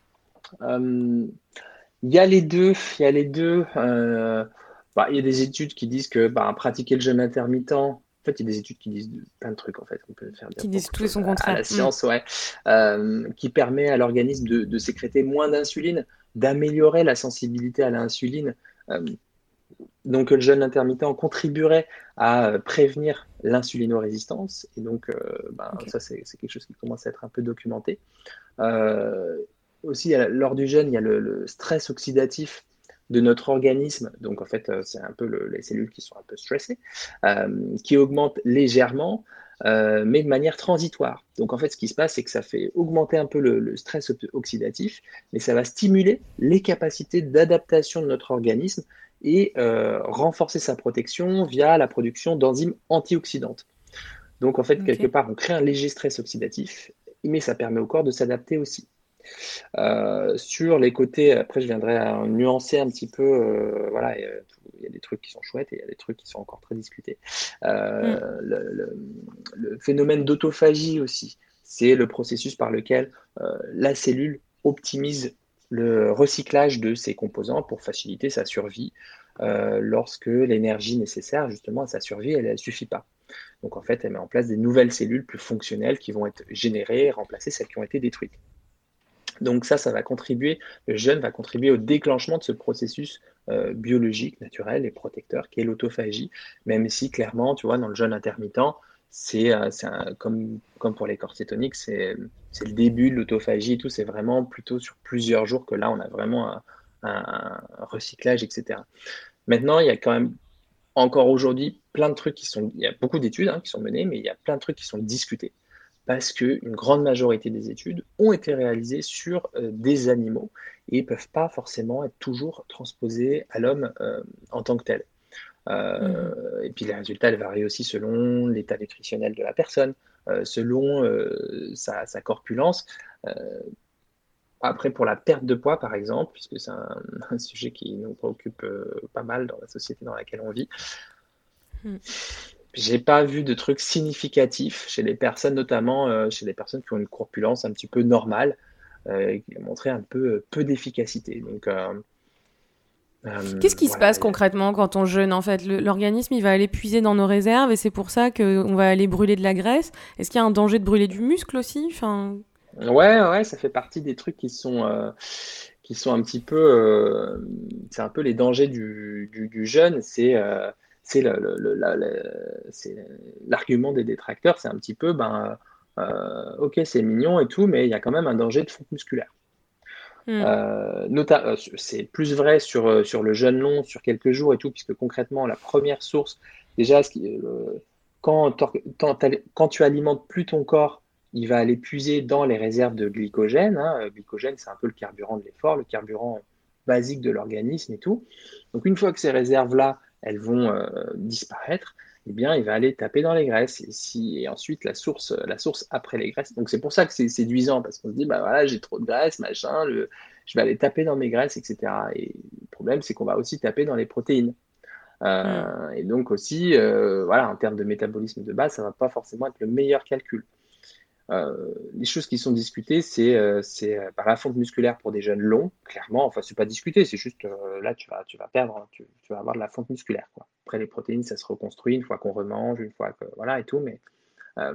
Speaker 2: Euh, Il y a les deux, il y a les deux. Euh, bah, il y a des études qui disent que bah, pratiquer le jeûne intermittent, en fait, il y a des études qui disent de- plein de trucs, en fait. On peut faire dire
Speaker 1: Qui disent
Speaker 2: beaucoup de
Speaker 1: tout et
Speaker 2: choses
Speaker 1: son
Speaker 2: à, à
Speaker 1: contraire.
Speaker 2: la
Speaker 1: Mm.
Speaker 2: science, ouais. Euh, qui permet à l'organisme de, de sécréter moins d'insuline, d'améliorer la sensibilité à l'insuline. Euh, donc, le jeûne intermittent contribuerait à euh, prévenir l'insulinorésistance. Et donc, euh, ben,
Speaker 1: Ok.
Speaker 2: ça, c'est c'est quelque chose qui commence à être un peu documenté. Euh, Aussi, lors du jeûne, il y a le, le stress oxydatif de notre organisme. Donc, en fait, euh, c'est un peu le- les cellules qui sont un peu stressées, euh, qui augmente légèrement, euh, mais de manière transitoire. Donc, en fait, ce qui se passe, c'est que ça fait augmenter un peu le, le stress oxydatif, mais ça va stimuler les capacités d'adaptation de notre organisme et euh, renforcer sa protection via la production d'enzymes antioxydantes. Donc, en fait, quelque
Speaker 1: Ok.
Speaker 2: part, on crée un léger stress oxydatif, mais ça permet au corps de s'adapter aussi. Euh, sur les côtés, après, je viendrai à nuancer un petit peu. Euh, voilà, et, euh, tout- il y a des trucs qui sont chouettes et il y a des trucs qui sont encore très discutés.
Speaker 1: Mm.
Speaker 2: Euh, le, le- le phénomène d'autophagie aussi, c'est le processus par lequel euh, la cellule optimise le recyclage de ses composants pour faciliter sa survie euh, lorsque l'énergie nécessaire justement à sa survie, elle ne suffit pas. Donc en fait, elle met en place des nouvelles cellules plus fonctionnelles qui vont être générées et remplacer celles qui ont été détruites. Donc ça, ça va contribuer, le jeûne va contribuer au déclenchement de ce processus euh, biologique, naturel et protecteur qui est l'autophagie, même si clairement, tu vois, dans le jeûne intermittent, c'est euh, c'est un- comme, comme pour les corps cétoniques, c'est c'est le début de l'autophagie et tout, c'est vraiment plutôt sur plusieurs jours que là, on a vraiment un, un- un recyclage, et cetera. Maintenant, il y a quand même encore aujourd'hui plein de trucs qui sont, il y a beaucoup d'études hein, qui sont menées, mais il y a plein de trucs qui sont discutés parce qu'une grande majorité des études ont été réalisées sur euh, des animaux et ne peuvent pas forcément être toujours transposées à l'homme euh, en tant que tel.
Speaker 1: Mhm.
Speaker 2: Euh, et puis les résultats elles varient aussi selon l'état nutritionnel de la personne, euh, selon euh, sa, sa corpulence. Euh, Après, pour la perte de poids, par exemple, puisque c'est un, un sujet qui nous préoccupe euh, pas mal dans la société dans laquelle on vit,
Speaker 1: Mm.
Speaker 2: j'ai pas vu de trucs significatifs chez les personnes, notamment euh, chez les personnes qui ont une corpulence un petit peu normale, euh, qui a montré un peu euh, peu d'efficacité. Donc euh,
Speaker 1: Qu'est-ce
Speaker 2: euh,
Speaker 1: qui se
Speaker 2: voilà.
Speaker 1: passe concrètement quand on jeûne en fait? Le- L'organisme il va aller puiser dans nos réserves et c'est pour ça qu'on va aller brûler de la graisse. Est-ce qu'il y a un danger de brûler du muscle aussi? Enfin...
Speaker 2: Ouais, ouais, ça fait partie des trucs qui sont euh, qui sont un petit peu, euh, c'est un peu les dangers du, du, du jeûne. C'est euh, c'est le, le- le- la- le- c'est l'argument des détracteurs. C'est un petit peu, ben, euh, ok, c'est mignon et tout, mais il y a quand même un danger de fonte musculaire.
Speaker 1: hmm.
Speaker 2: Euh, nota- euh, c'est plus vrai sur, euh, sur le jeûne long, sur quelques jours et tout, puisque concrètement, la première source, déjà, ce qui- euh, quand, t'or- quand t'al- quand tu alimentes plus ton corps, il va aller puiser dans les réserves de glycogène. Hein. Le glycogène, c'est un peu le carburant de l'effort, le carburant basique de l'organisme et tout. Donc, une fois que ces réserves-là, elles vont euh, disparaître, eh bien, il va aller taper dans les graisses. Et, si, et ensuite, la source, la source après les graisses. Donc, c'est pour ça que c'est séduisant, parce qu'on se dit, bah voilà, j'ai trop de graisse, machin, le, je vais aller taper dans mes graisses, et cetera. Et le problème, c'est qu'on va aussi taper dans les protéines.
Speaker 1: Hmm.
Speaker 2: Euh, et donc aussi, euh, voilà, en termes de métabolisme de base, ça va pas forcément être le meilleur calcul. Euh, les choses qui sont discutées, c'est euh, c'est euh, par la fonte musculaire pour des jeunes longs, clairement. Enfin, c'est pas discuté, c'est juste euh, là, tu vas, tu vas perdre, tu, tu vas avoir de la fonte musculaire, quoi. Après, les protéines, ça se reconstruit une fois qu'on remange, une fois que voilà et tout, mais euh,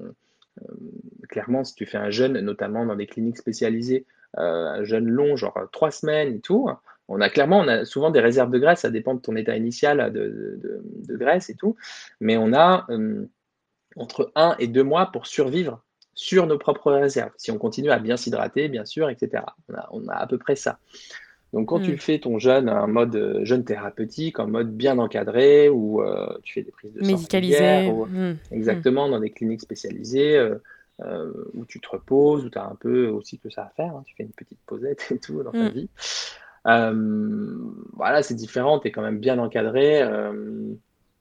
Speaker 2: euh, clairement, si tu fais un jeûne, notamment dans des cliniques spécialisées, euh, un jeûne long, genre euh, trois semaines et tout, on a clairement, on a souvent des réserves de graisse, ça dépend de ton état initial de, de, de graisse et tout, mais on a euh, entre un et deux mois pour survivre sur nos propres réserves, si on continue à bien s'hydrater, bien sûr, et cetera. On a, on a à peu près ça. Donc, quand tu
Speaker 1: Hmm.
Speaker 2: fais ton jeûne en mode euh, jeûne thérapeutique, en mode bien encadré, où euh, tu fais des prises de sang régulières,
Speaker 1: Médicalisé.
Speaker 2: ou
Speaker 1: Hmm. Hmm.
Speaker 2: exactement dans des cliniques spécialisées, euh, euh, où tu te reposes, où tu as un peu aussi que ça à faire, hein, tu fais une petite posette et tout dans ta
Speaker 1: Hmm.
Speaker 2: vie. Euh, voilà, c'est différent, tu es quand même bien encadré. Euh,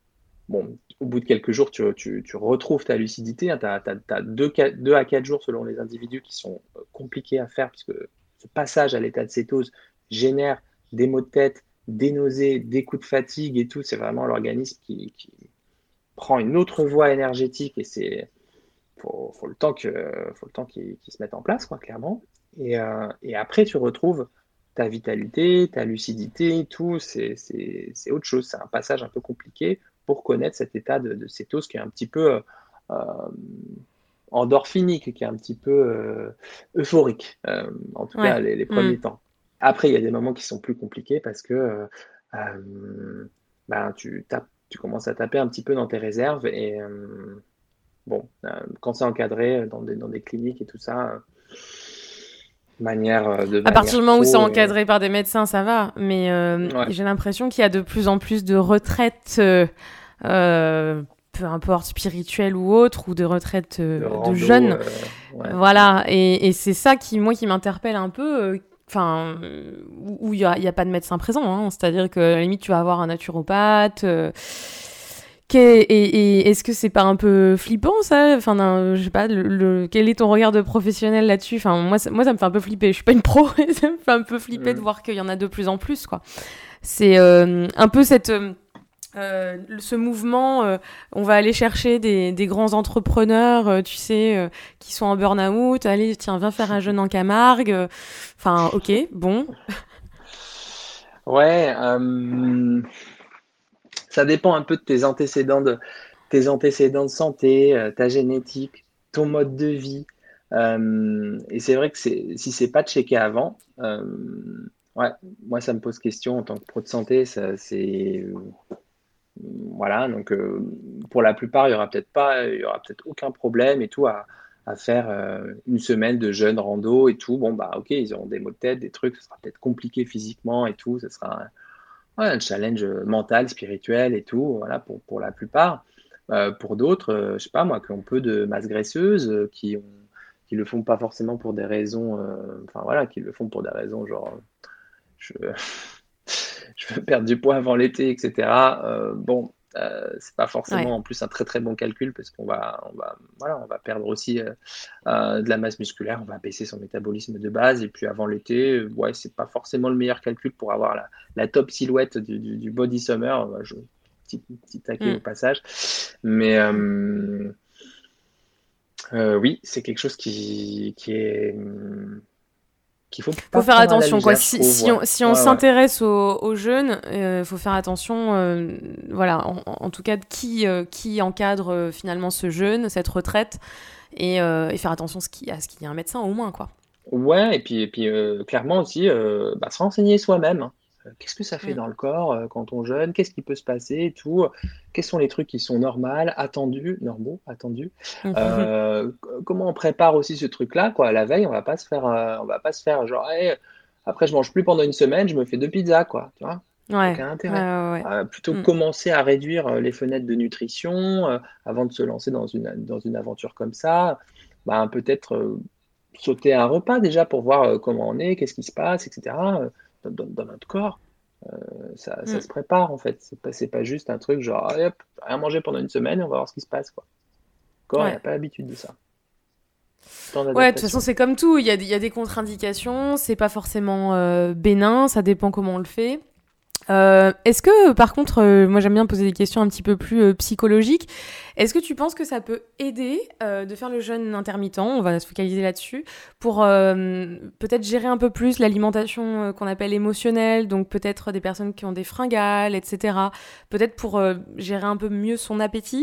Speaker 2: bon, au bout de quelques jours, tu, tu, tu retrouves ta lucidité. Hein, tu as deux, deux à quatre jours selon les individus qui sont euh, compliqués à faire puisque ce passage à l'état de cétose génère des maux de tête, des nausées, des coups de fatigue et tout. C'est vraiment l'organisme qui, qui prend une autre voie énergétique et c'est faut, faut le temps que faut le temps qu'il qu'il se mette en place, quoi, clairement. Et, euh, et après, tu retrouves ta vitalité, ta lucidité, tout. C'est c'est- c'est autre chose. C'est un passage un peu compliqué pour connaître cet état de, de cétose qui est un petit peu euh, endorphinique, qui est un petit peu euh, euphorique, euh, en tout
Speaker 1: Ouais.
Speaker 2: cas les, les
Speaker 1: Mm.
Speaker 2: premiers temps. Après, il y a des moments qui sont plus compliqués parce que euh, euh, ben, tu tapes, tu commences à taper un petit peu dans tes réserves et euh, bon, euh, quand c'est encadré dans des, dans des cliniques et tout ça, euh, manière, euh, de
Speaker 1: À partir
Speaker 2: manière
Speaker 1: du moment où c'est
Speaker 2: pro et
Speaker 1: encadré par des médecins, ça va. Mais euh,
Speaker 2: ouais,
Speaker 1: j'ai l'impression qu'il y a de plus en plus de retraites, euh, euh, peu importe spirituelles ou autres, ou de retraites
Speaker 2: de
Speaker 1: euh, de
Speaker 2: rando,
Speaker 1: jeunes.
Speaker 2: euh, ouais.
Speaker 1: Voilà. Et, et c'est ça qui, moi, qui m'interpelle un peu. euh, Enfin, euh, où il n'y a, il y a pas de médecin présent. Hein. C'est-à-dire que, à la limite, tu vas avoir un naturopathe. Euh, qu'est- et, et est-ce que c'est pas un peu flippant ça? Enfin, non, je sais pas. Le, le- quel est ton regard de professionnel là-dessus? Enfin, moi, ça, moi, ça me fait un peu flipper. Je suis pas une pro, et ça me fait un peu flipper de
Speaker 2: Mm.
Speaker 1: voir qu'il y en a de plus en plus, quoi. C'est euh, un peu cette euh, euh, ce mouvement, euh, on va aller chercher des, des grands entrepreneurs, euh, tu sais, euh, qui sont en burn-out. Allez, tiens, viens faire un jeûne en Camargue. Euh, Enfin, ok, bon.
Speaker 2: Ouais, euh, ça dépend un peu de tes antécédents de, tes antécédents de santé, euh, ta génétique, ton mode de vie. Euh, et c'est vrai que c'est, si c'est pas checké avant, euh, ouais, moi ça me pose question en tant que pro de santé. Ça, c'est voilà, donc euh, pour la plupart, il y aura peut-être pas, il y aura peut-être aucun problème et tout à, à faire euh, une semaine de jeûne rando et tout. Bon bah ok, ils auront des maux de tête, des trucs, ça sera peut-être compliqué physiquement et tout. Ça sera ouais, un challenge mental, spirituel et tout, voilà, pour, pour la plupart. Euh, pour d'autres, euh, je sais pas moi, qui ont peu de masse graisseuse, euh, qui ont, qui le font pas forcément pour des raisons, euh, enfin voilà, qui le font pour des raisons genre, je, je veux perdre du poids avant l'été, et cetera. Euh, bon, euh, c'est pas
Speaker 1: Ouais.
Speaker 2: forcément en plus un très très bon calcul parce qu'on va, on va, voilà, on va perdre aussi euh, euh, de la masse musculaire, on va baisser son métabolisme de base et puis avant l'été, euh, ouais, c'est pas forcément le meilleur calcul pour avoir la, la top silhouette du, du, du body summer. Euh, Je, petit, petit taquet au
Speaker 1: Mm.
Speaker 2: passage, mais euh, euh, oui, c'est quelque chose qui, qui est hum, qu'il faut
Speaker 1: Faut
Speaker 2: pas
Speaker 1: faire
Speaker 2: prendre à la
Speaker 1: attention, quoi.
Speaker 2: légère, je
Speaker 1: Si,
Speaker 2: trouve.
Speaker 1: si
Speaker 2: Ouais,
Speaker 1: on, si on
Speaker 2: ouais, ouais.
Speaker 1: s'intéresse aux, aux jeunes, euh, faut faire attention, euh, voilà, en, en tout cas, de qui, euh, qui encadre euh, finalement ce jeûne, cette retraite, et, euh, et faire attention ce qui, à ce qu'il y ait un médecin au moins, quoi.
Speaker 2: Ouais, et puis, et puis euh, clairement aussi, euh, bah, se renseigner soi-même. Hein. Euh, Qu'est-ce que ça fait
Speaker 1: Mm.
Speaker 2: dans le corps euh, quand on jeûne? Qu'est-ce qui peut se passer et tout? Quels sont les trucs qui sont normaux, attendus, normaux, attendus? Euh, c- comment on prépare aussi ce truc-là, quoi? La veille, on va pas se faire, euh, on va pas se faire genre, hey, après je mange plus pendant une semaine, je me fais deux pizzas, quoi. Tu vois?
Speaker 1: Ouais,
Speaker 2: Aucun
Speaker 1: ouais,
Speaker 2: intérêt.
Speaker 1: ouais, ouais.
Speaker 2: Euh, plutôt
Speaker 1: Mm.
Speaker 2: commencer à réduire euh, les fenêtres de nutrition euh, avant de se lancer dans une, dans une aventure comme ça. Bah, peut-être euh, sauter un repas déjà pour voir euh, comment on est, qu'est-ce qui se passe, et cetera euh, dans, dans- dans notre corps. Euh, ça, ça
Speaker 1: Mm.
Speaker 2: se prépare en fait. C'est pas, c'est pas juste un truc genre, allez, hop, rien manger pendant une semaine et on va voir ce qui se passe, quoi. Le corps, il
Speaker 1: Ouais.
Speaker 2: n'a pas l'habitude de ça. Temps
Speaker 1: Ouais, de toute façon,
Speaker 2: d'adaptation.
Speaker 1: c'est comme tout. Il y a, il y a des contre-indications. C'est pas forcément euh, bénin. Ça dépend comment on le fait. Euh, est-ce que, par contre, euh, moi j'aime bien poser des questions un petit peu plus euh, psychologiques. Est-ce que tu penses que ça peut aider euh, de faire le jeûne intermittent, on va se focaliser là-dessus, pour euh, peut-être gérer un peu plus l'alimentation euh, qu'on appelle émotionnelle, donc peut-être des personnes qui ont des fringales, et cetera. Peut-être pour euh, gérer un peu mieux son appétit.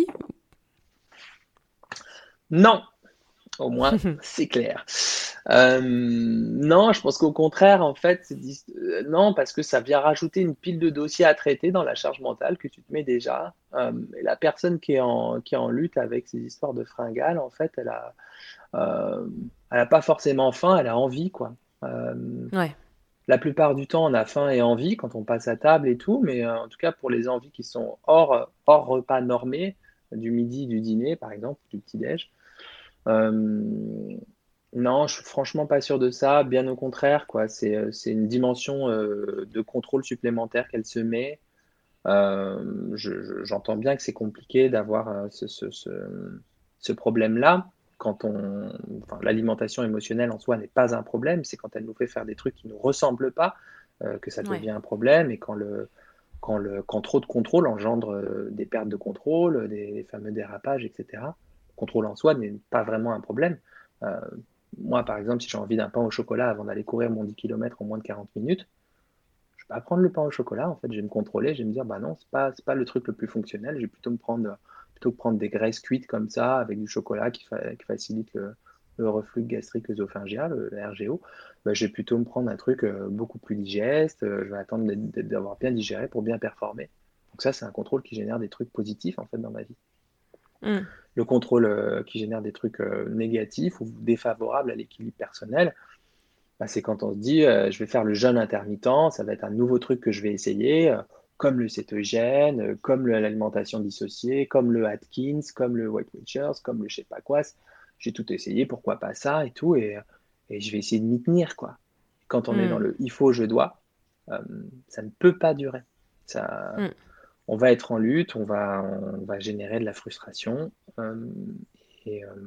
Speaker 2: Non, au moins, c'est clair. Euh, non, je pense qu'au contraire, en fait, c'est dis- euh, non, parce que ça vient rajouter une pile de dossiers à traiter dans la charge mentale que tu te mets déjà. Euh, et la personne qui est en, qui est en lutte avec ces histoires de fringales, en fait, elle a, euh, elle a pas forcément faim, elle a envie, quoi. Euh,
Speaker 1: Ouais.
Speaker 2: la plupart du temps, on a faim et envie quand on passe à table et tout, mais euh, en tout cas, pour les envies qui sont hors, hors repas normé, du midi, du dîner, par exemple, du petit-déj, euh, non, je suis franchement pas sûr de ça. Bien au contraire, quoi. C'est, euh, c'est une dimension euh, de contrôle supplémentaire qu'elle se met. Euh, je- je- j'entends bien que c'est compliqué d'avoir euh, ce, ce- ce- ce problème-là. Quand on, enfin, l'alimentation émotionnelle en soi n'est pas un problème, c'est quand elle nous fait faire des trucs qui ne nous ressemblent pas, euh, que ça
Speaker 1: Ouais.
Speaker 2: devient un problème. Et quand le, quand le, quand trop de contrôle engendre euh, des pertes de contrôle, des, des fameux dérapages, et cetera. Le contrôle en soi n'est pas vraiment un problème. Euh, Moi, par exemple, si j'ai envie d'un pain au chocolat avant d'aller courir mon dix kilomètres en moins de quarante minutes, je vais pas prendre le pain au chocolat. En fait, je vais me contrôler, je vais me dire, bah non, c'est pas, c'est pas le truc le plus fonctionnel. Je vais plutôt me prendre, plutôt que prendre des graisses cuites comme ça, avec du chocolat qui, fa- qui facilite le, le reflux gastrique œsophagien, le, le R G O. Bah, je vais plutôt me prendre un truc euh, beaucoup plus digeste. euh, Je vais attendre d'être- d'être- d'avoir bien digéré pour bien performer. Donc ça, c'est un contrôle qui génère des trucs positifs en fait dans ma vie.
Speaker 1: Mm.
Speaker 2: Le contrôle euh, qui génère des trucs euh, négatifs ou défavorables à l'équilibre personnel, bah, c'est quand on se dit, euh, je vais faire le jeûne intermittent, ça va être un nouveau truc que je vais essayer, euh, comme le cétogène, euh, comme le- l'alimentation dissociée, comme le Atkins, comme le Weight Watchers, comme le je sais pas quoi. J'ai tout essayé, pourquoi pas ça et tout, et, et je vais essayer de m'y tenir, quoi. Quand on est dans
Speaker 1: Mm.
Speaker 2: le il faut, je dois, euh, ça ne peut pas durer. Ça,
Speaker 1: Mm.
Speaker 2: on va être en lutte, on va, on va générer de la frustration. euh, et, euh,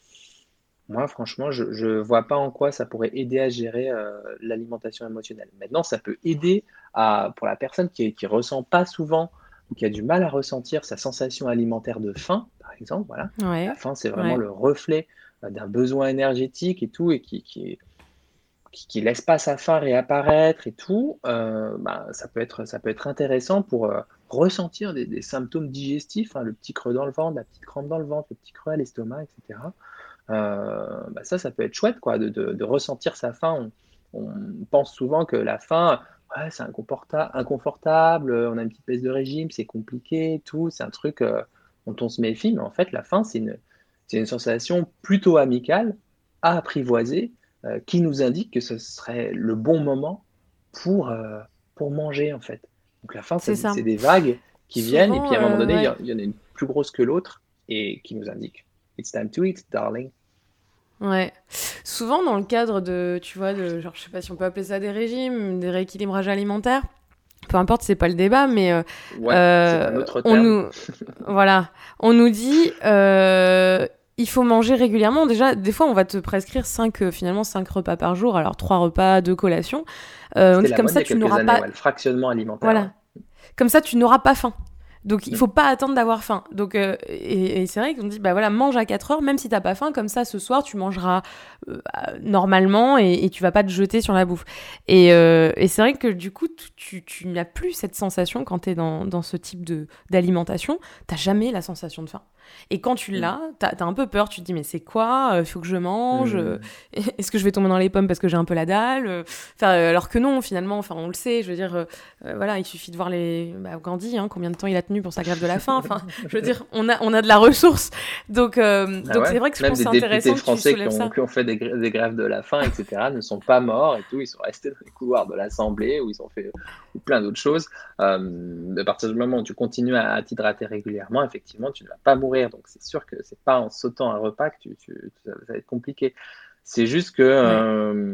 Speaker 2: moi, franchement, je ne vois pas en quoi ça pourrait aider à gérer euh, l'alimentation émotionnelle. Maintenant, ça peut aider à, pour la personne qui ne ressent pas souvent ou qui a du mal à ressentir sa sensation alimentaire de faim, par exemple. Voilà. La
Speaker 1: Ouais.
Speaker 2: faim, c'est vraiment
Speaker 1: Ouais.
Speaker 2: le reflet euh, d'un besoin énergétique et tout, et qui, qui, qui, qui laisse pas sa faim réapparaître et tout. Euh, bah, ça peut être, ça peut être intéressant pour euh, ressentir des, des symptômes digestifs, hein, le petit creux dans le ventre, la petite crampe dans le ventre, le petit creux à l'estomac, et cetera. Euh, bah ça, ça peut être chouette, quoi, de, de, de ressentir sa faim. On, on pense souvent que la faim, ouais, c'est inconforta- inconfortable, on a une petite baisse de régime, c'est compliqué, tout, c'est un truc euh, dont on se méfie, mais en fait, la faim, c'est une, c'est une sensation plutôt amicale, à apprivoiser, euh, qui nous indique que ce serait le bon moment pour, euh, pour manger, en fait. Donc la faim,
Speaker 1: C'est
Speaker 2: c'est
Speaker 1: ça.
Speaker 2: c'est des vagues qui viennent, et
Speaker 1: Souvent,
Speaker 2: puis à un moment
Speaker 1: euh,
Speaker 2: donné, il y,
Speaker 1: ouais.
Speaker 2: en- il y en a une plus grosse que l'autre, et qui nous indique It's time to eat, darling.
Speaker 1: Ouais. Souvent, dans le cadre de, tu vois, de, genre, je sais pas si on peut appeler ça des régimes, des rééquilibrages alimentaires, peu importe, c'est pas le débat, mais euh,
Speaker 2: Ouais, c'est un
Speaker 1: euh,
Speaker 2: autre
Speaker 1: on
Speaker 2: terme.
Speaker 1: nous, voilà, on nous dit, euh, il faut manger régulièrement. Déjà, des fois, on va te prescrire cinq, euh, finalement, cinq repas par jour, alors trois repas, deux collations. Euh, on
Speaker 2: C'était
Speaker 1: dit
Speaker 2: la
Speaker 1: comme
Speaker 2: mode il
Speaker 1: ça,
Speaker 2: y a
Speaker 1: tu
Speaker 2: quelques
Speaker 1: n'auras
Speaker 2: années,
Speaker 1: pas,
Speaker 2: ouais, le fractionnement alimentaire, ouais.
Speaker 1: voilà, comme ça, tu n'auras pas faim. Donc, il
Speaker 2: Mm.
Speaker 1: faut pas attendre d'avoir faim. Donc, euh, et, et c'est vrai qu'on dit, bah voilà, mange à quatre heures, même si t'as pas faim, comme ça, ce soir, tu mangeras euh, normalement et, et tu vas pas te jeter sur la bouffe. Et, euh, et c'est vrai que du coup, tu, tu, tu n'as plus cette sensation quand t'es dans, dans ce type de, d'alimentation. T'as jamais la sensation de faim. Et quand tu
Speaker 2: Mm.
Speaker 1: l'as, t'as, t'as un peu peur. Tu te dis, mais c'est quoi? Il faut que je mange. Euh,
Speaker 2: Mm.
Speaker 1: Est-ce que je vais tomber dans les pommes parce que j'ai un peu la dalle? Euh, Enfin, euh, alors que non, finalement, enfin, on le sait. Je veux dire, euh, euh, voilà, il suffit de voir les bah, Gandhi, hein, combien de temps il a tenu pour sa grève de la faim. Enfin, je veux dire, on a, on a de la ressource. Donc, euh,
Speaker 2: Ah
Speaker 1: donc
Speaker 2: ouais,
Speaker 1: c'est vrai que je
Speaker 2: même
Speaker 1: pense que
Speaker 2: des
Speaker 1: c'est
Speaker 2: députés
Speaker 1: intéressant que tu
Speaker 2: français qui
Speaker 1: soulèves
Speaker 2: ont,
Speaker 1: ça.
Speaker 2: qui ont fait des, grè- des grèves de la faim, et cetera, ne sont pas morts et tout. Ils sont restés dans les couloirs de l'Assemblée où ils ont fait ou plein d'autres choses. Euh, à partir du moment où tu continues à, à t'hydrater régulièrement, effectivement, tu ne vas pas mourir. Donc, c'est sûr que c'est pas en sautant un repas que tu, tu- ça va être compliqué. C'est juste que,
Speaker 1: Ouais.
Speaker 2: euh,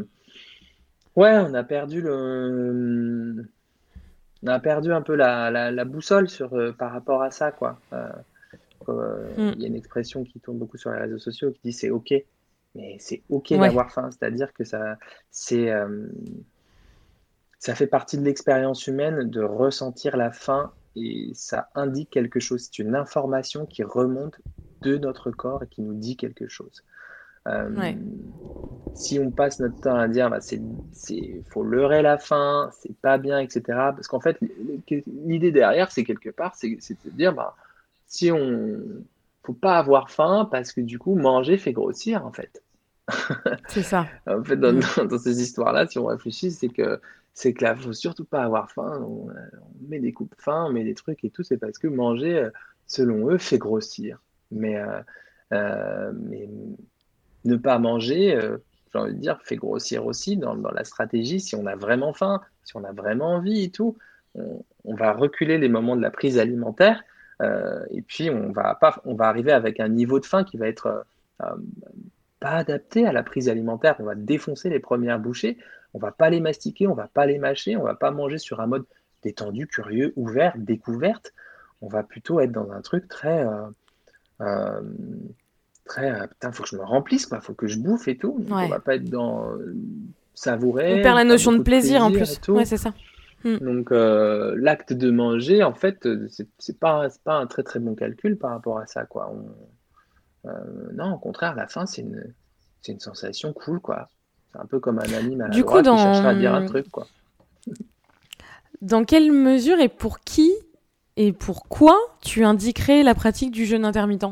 Speaker 2: ouais, on a perdu le, on a perdu un peu la, la, la boussole sur, euh, par rapport à ça, quoi. Euh, euh,
Speaker 1: Mm.
Speaker 2: il y a une expression qui tourne beaucoup sur les réseaux sociaux qui dit c'est OK, mais c'est OK
Speaker 1: Ouais.
Speaker 2: d'avoir faim, c'est-à-dire que ça, c'est, euh, ça fait partie de l'expérience humaine de ressentir la faim et ça indique quelque chose. C'est une information qui remonte de notre corps et qui nous dit quelque chose. Euh,
Speaker 1: Ouais.
Speaker 2: Si on passe notre temps à dire bah, c'est, c'est, faut leurrer la faim, c'est pas bien, et cetera. Parce qu'en fait, l'idée derrière, c'est quelque part, c'est, c'est de dire bah, si on, faut pas avoir faim parce que du coup, manger fait grossir en fait.
Speaker 1: C'est ça.
Speaker 2: En fait, dans,
Speaker 1: Mm.
Speaker 2: dans- dans ces histoires-là, si on réfléchit, c'est que c'est que là, faut surtout pas avoir faim. On, on met des coupes faim, on met des trucs et tout, c'est parce que manger, euh, selon eux, fait grossir. Mais, euh, euh, mais ne pas manger, euh, j'ai envie de dire, fait grossir aussi dans, dans la stratégie. Si on a vraiment faim, si on a vraiment envie et tout, on, on va reculer les moments de la prise alimentaire euh, et puis on va pas, on va arriver avec un niveau de faim qui va être euh, euh, pas adapté à la prise alimentaire. On va défoncer les premières bouchées, on va pas les mastiquer, on va pas les mâcher, on va pas manger sur un mode détendu, curieux, ouvert, découverte. On va plutôt être dans un truc très... Euh, euh, très euh, putain, faut que je me remplisse, quoi. Faut que je bouffe et tout. Donc, on
Speaker 1: Ouais.
Speaker 2: va pas être dans euh,
Speaker 1: On
Speaker 2: savourer,
Speaker 1: perd la
Speaker 2: pas
Speaker 1: notion de
Speaker 2: beaucoup de
Speaker 1: plaisir en
Speaker 2: plaisir et
Speaker 1: plus. Ouais,
Speaker 2: tout.
Speaker 1: c'est ça. Mm.
Speaker 2: Donc, euh, l'acte de manger, en fait, euh, c'est c'est pas, c'est pas un très très bon calcul par rapport à ça, quoi. On- euh, non, au contraire, à la fin, c'est une, c'est une sensation cool, quoi. C'est un peu comme un ami
Speaker 1: Du coup,
Speaker 2: maladroit qui chercherait à dire un
Speaker 1: dans...
Speaker 2: truc, quoi.
Speaker 1: dans quelle mesure et pour qui et pourquoi tu indiquerais la pratique du jeûne intermittent?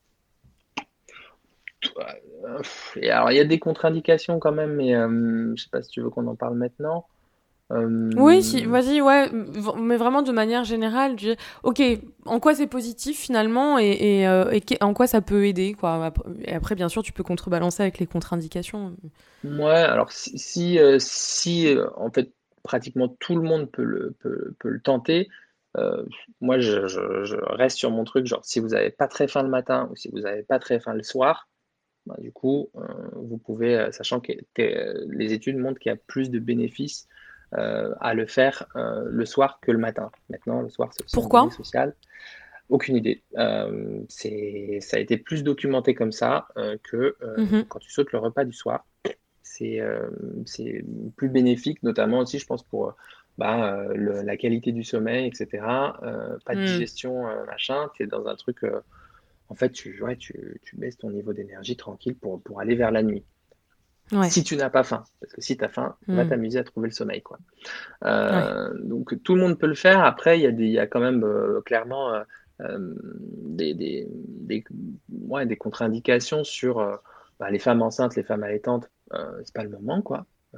Speaker 2: Euh, Et alors, il y a des contre-indications quand même, mais euh, je sais pas si tu veux qu'on en parle maintenant.
Speaker 1: Oui, si,
Speaker 2: Euh,
Speaker 1: vas-y, ouais, v- mais vraiment de manière générale, tu dis, ok, en quoi c'est positif finalement et, et, euh, et que- en quoi ça peut aider, quoi. Ap- Et après, bien sûr, tu peux contrebalancer avec les contre-indications.
Speaker 2: Ouais, alors si, si, euh, si, euh, en fait pratiquement tout le monde peut le, peut, peut le tenter, euh, moi je, je- je reste sur mon truc, genre si vous n'avez pas très faim le matin ou si vous n'avez pas très faim le soir, bah, du coup euh, vous pouvez, euh, sachant que que les études montrent qu'il y a plus de bénéfices euh, à le faire euh, le soir que le matin. Maintenant, le soir c'est aussi un dîner
Speaker 1: Pourquoi?
Speaker 2: social. Aucune idée. Euh, c'est, ça a été plus documenté comme ça euh, que euh,
Speaker 1: Mhm.
Speaker 2: quand tu sautes le repas du soir. C'est euh, c'est plus bénéfique, notamment aussi, je pense, pour euh, bah, euh, le- la qualité du sommeil, et cetera. Euh, pas de
Speaker 1: Hmm.
Speaker 2: digestion, euh, machin. Tu es dans un truc, euh, en fait, tu, ouais, tu, tu baisses ton niveau d'énergie tranquille pour, pour aller vers la nuit.
Speaker 1: Ouais.
Speaker 2: Si tu n'as pas faim, parce que si tu as faim, va
Speaker 1: Hmm.
Speaker 2: t'amuser à trouver le sommeil, quoi.
Speaker 1: Ouais.
Speaker 2: Euh, donc tout le monde peut le faire. Après, il y a des, il y a quand même euh, clairement euh, euh, des, des, des, ouais, des contre-indications sur euh, bah, les femmes enceintes, les femmes allaitantes. Euh, c'est pas le moment, quoi. Euh,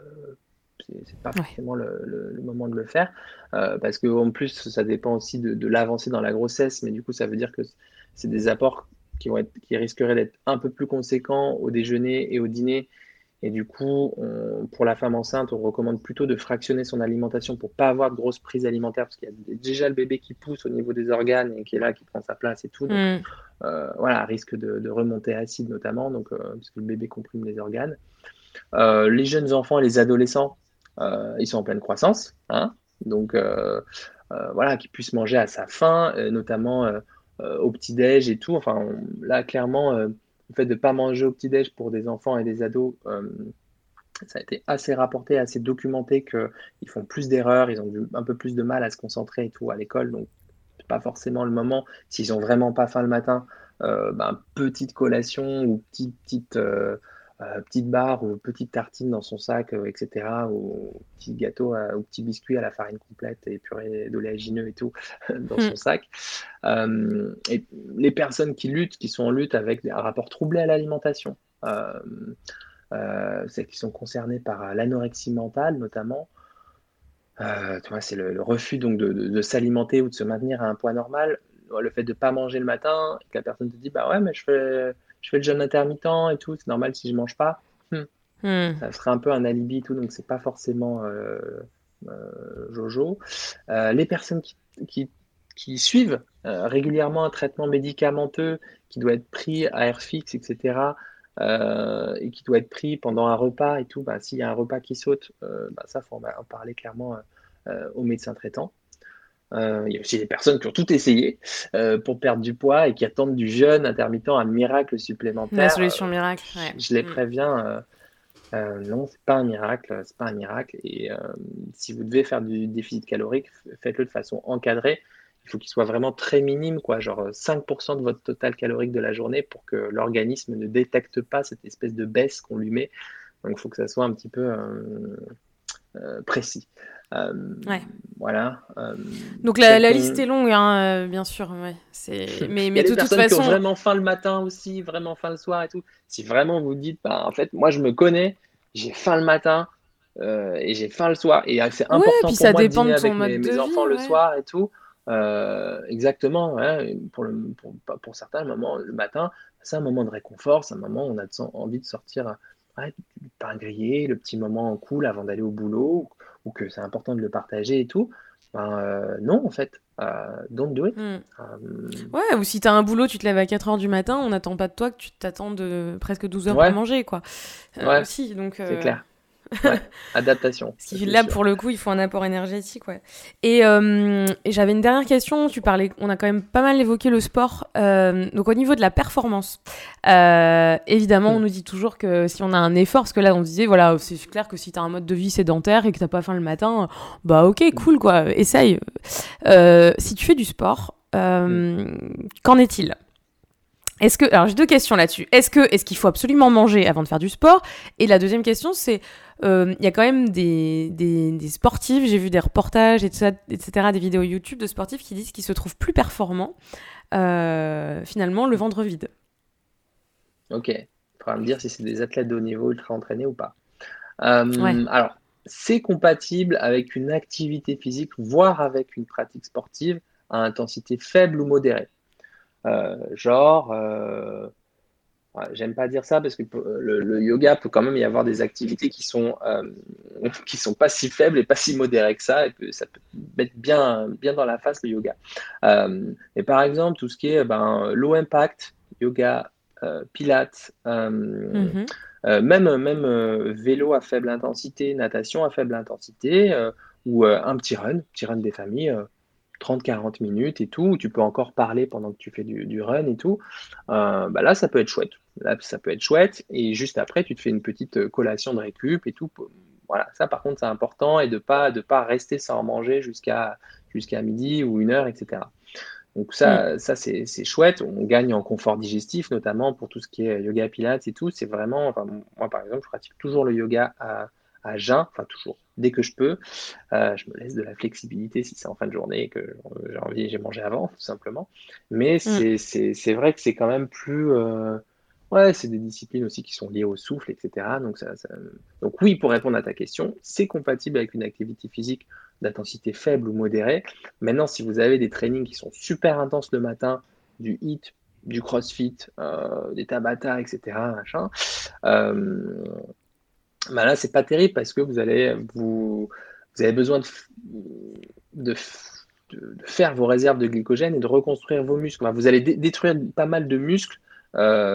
Speaker 2: c'est c'est pas
Speaker 1: Ouais.
Speaker 2: forcément le, le- le moment de le faire euh, parce que en plus ça dépend aussi de, de l'avancée dans la grossesse, mais du coup ça veut dire que c'est des apports qui vont être, qui risqueraient d'être un peu plus conséquents au déjeuner et au dîner et du coup, on- pour la femme enceinte, on recommande plutôt de fractionner son alimentation pour pas avoir de grosses prises alimentaires parce qu'il y a déjà le bébé qui pousse au niveau des organes et qui est là, qui prend sa place et tout. Donc
Speaker 1: Hmm.
Speaker 2: euh, voilà, risque de, de remontée acide notamment, donc, euh, parce que le bébé comprime les organes. Euh, les jeunes enfants et les adolescents, euh, ils sont en pleine croissance, hein, donc euh, euh, voilà, qu'ils puissent manger à sa faim, euh, notamment euh, euh, au petit-déj et tout. Enfin, on- là, clairement, euh, le fait de ne pas manger au petit-déj pour des enfants et des ados, euh, ça a été assez rapporté, assez documenté qu'ils font plus d'erreurs, ils ont du- un peu plus de mal à se concentrer et tout à l'école, donc c'est pas forcément le moment. S'ils ont vraiment pas faim le matin, euh, ben, petite collation ou petite petite euh, euh, petite barre ou petite tartine dans son sac, euh, et cetera. Ou petit gâteau euh, ou petit biscuit à la farine complète et purée d'oléagineux et tout dans
Speaker 1: Hmm.
Speaker 2: son sac. Euh, et les personnes qui luttent, qui sont en lutte avec un rapport troublé à l'alimentation. Euh, euh, celles qui sont concernées par euh, l'anorexie mentale notamment. Euh, tu vois, c'est le, le refus donc de, de- de s'alimenter ou de se maintenir à un poids normal. Le fait de ne pas manger le matin, et que la personne te dit bah ouais mais je fais, je fais le jeûne intermittent et tout, c'est normal si je mange pas. Hmm.
Speaker 1: Hmm.
Speaker 2: Ça serait un peu un alibi et tout, donc c'est pas forcément euh, euh, Jojo. Euh, les personnes qui, qui, qui suivent euh, régulièrement un traitement médicamenteux qui doit être pris à air fixe, et cetera, euh, et qui doit être pris pendant un repas et tout, bah, s'il y a un repas qui saute, euh, bah, ça, il faut en en parler clairement euh, au médecin traitant. Euh, il y a aussi des personnes qui ont tout essayé euh, pour perdre du poids et qui attendent du jeûne intermittent un miracle
Speaker 1: La
Speaker 2: supplémentaire. Euh,
Speaker 1: solution miracle, ouais.
Speaker 2: je, je les
Speaker 1: Hmm.
Speaker 2: préviens, euh, euh, non, c'est pas un miracle, c'est pas un miracle. Et euh, si vous devez faire du déficit calorique, faites-le de façon encadrée. Il faut qu'il soit vraiment très minime, quoi, genre cinq pour cent de votre total calorique de la journée pour que l'organisme ne détecte pas cette espèce de baisse qu'on lui met. Donc, il faut que ça soit un petit peu euh, euh, précis. Euh,
Speaker 1: Ouais.
Speaker 2: voilà. Euh,
Speaker 1: Donc la,
Speaker 2: celles
Speaker 1: la
Speaker 2: qui
Speaker 1: liste
Speaker 2: ont...
Speaker 1: est longue, hein, euh, bien sûr. Ouais. C'est... Mais,
Speaker 2: Il y a
Speaker 1: mais
Speaker 2: les
Speaker 1: de toute
Speaker 2: personnes qui ont
Speaker 1: façon,
Speaker 2: vraiment faim le matin aussi, vraiment faim le soir et tout. Si vraiment vous dites, bah, en fait, moi je me connais, j'ai faim le matin euh, et j'ai faim le soir. Et euh, c'est
Speaker 1: ouais,
Speaker 2: important
Speaker 1: puis
Speaker 2: pour
Speaker 1: ça
Speaker 2: moi de
Speaker 1: dépend
Speaker 2: dîner
Speaker 1: de ton
Speaker 2: avec mes,
Speaker 1: mode de
Speaker 2: mes enfants
Speaker 1: vie,
Speaker 2: le
Speaker 1: ouais.
Speaker 2: soir et tout. Euh, exactement, ouais. Pour, le, pour, pour certains, le, moment, le matin, c'est un moment de réconfort, c'est un moment où on a de- envie de sortir ouais, du pain grillé, le petit moment cool avant d'aller au boulot, ou, ou que c'est important de le partager et tout. Ben, euh, non, en fait, euh, don't do it.
Speaker 1: Hmm.
Speaker 2: Euh,
Speaker 1: Ouais, ou si t'as un boulot, tu te lèves à quatre heures du matin, on n'attend pas de toi que tu t'attendes de presque douze heures pour
Speaker 2: ouais,
Speaker 1: manger, quoi. Euh,
Speaker 2: ouais,
Speaker 1: aussi, donc...
Speaker 2: c'est
Speaker 1: euh,
Speaker 2: clair. Ouais, adaptation,
Speaker 1: Parce
Speaker 2: ça
Speaker 1: que
Speaker 2: c'est
Speaker 1: là,
Speaker 2: sûr.
Speaker 1: pour le coup, il faut un apport énergétique, ouais. Et, euh, et j'avais une dernière question. Tu parlais, on a quand même pas mal évoqué le sport. Euh, donc au niveau de la performance, euh, évidemment, on
Speaker 2: Hmm.
Speaker 1: nous dit toujours que si on a un effort, parce que là, on disait, voilà, c'est clair que si t'as un mode de vie sédentaire et que t'as pas faim le matin, bah ok,
Speaker 2: Hmm.
Speaker 1: cool, quoi, essaye. Euh, si tu fais du sport,
Speaker 2: Hmm.
Speaker 1: euh, qu'en est-il? Est-ce que, alors j'ai deux questions là-dessus. Est-ce que, est-ce qu'il faut absolument manger avant de faire du sport? Et la deuxième question, c'est, euh, il y a quand même des, des, des sportifs, j'ai vu des reportages, et cetera, et cetera, des vidéos YouTube de sportifs qui disent qu'ils se trouvent plus performants, euh, finalement, le ventre vide.
Speaker 2: Ok, il faudra me dire si c'est des athlètes de haut niveau ultra entraînés ou pas.
Speaker 1: Ouais.
Speaker 2: Euh, alors, c'est compatible avec une activité physique, voire avec une pratique sportive à intensité faible ou modérée. Euh, genre, euh, ouais, j'aime pas dire ça parce que le, le yoga peut quand même y avoir des activités qui sont euh, qui sont pas si faibles et pas si modérées que ça, et que ça peut mettre bien bien dans la face le yoga. Euh, et par exemple, tout ce qui est ben, low impact, yoga, euh, pilates, euh,
Speaker 1: Mhm.
Speaker 2: euh, même même euh, vélo à faible intensité, natation à faible intensité, euh, ou euh, un petit run, petit run des familles. euh, trente quarante minutes et tout, où tu peux encore parler pendant que tu fais du, du run et tout, euh, bah là, ça peut être chouette. Là, ça peut être chouette. Et juste après, tu te fais une petite euh, collation de récup et tout. Voilà, ça, par contre, c'est important et de pas de pas rester sans manger jusqu'à jusqu'à midi ou une heure, et cetera. Donc
Speaker 1: Mm.
Speaker 2: ça, ça c'est c'est chouette. On gagne en confort digestif, notamment pour tout ce qui est yoga pilates et tout. C'est vraiment, enfin, moi, par exemple, je pratique toujours le yoga à, à jeun, enfin toujours, dès que je peux. Euh, je me laisse de la flexibilité si c'est en fin de journée et que euh, j'ai envie, j'ai mangé avant, tout simplement. Mais
Speaker 1: Mm.
Speaker 2: c'est, c'est, c'est vrai que c'est quand même plus. euh, Ouais, c'est des disciplines aussi qui sont liées au souffle, et cetera. Donc, ça, ça- Donc oui, pour répondre à ta question, c'est compatible avec une activité physique d'intensité faible ou modérée. Maintenant, si vous avez des trainings qui sont super intenses le matin, du hit, du crossfit, euh, des tabata, et cetera, machin, euh, bah là, c'est pas terrible parce que vous allez vous, vous avez besoin de, de, de, de faire vos réserves de glycogène et de reconstruire vos muscles. Enfin, vous allez dé- détruire pas mal de muscles euh,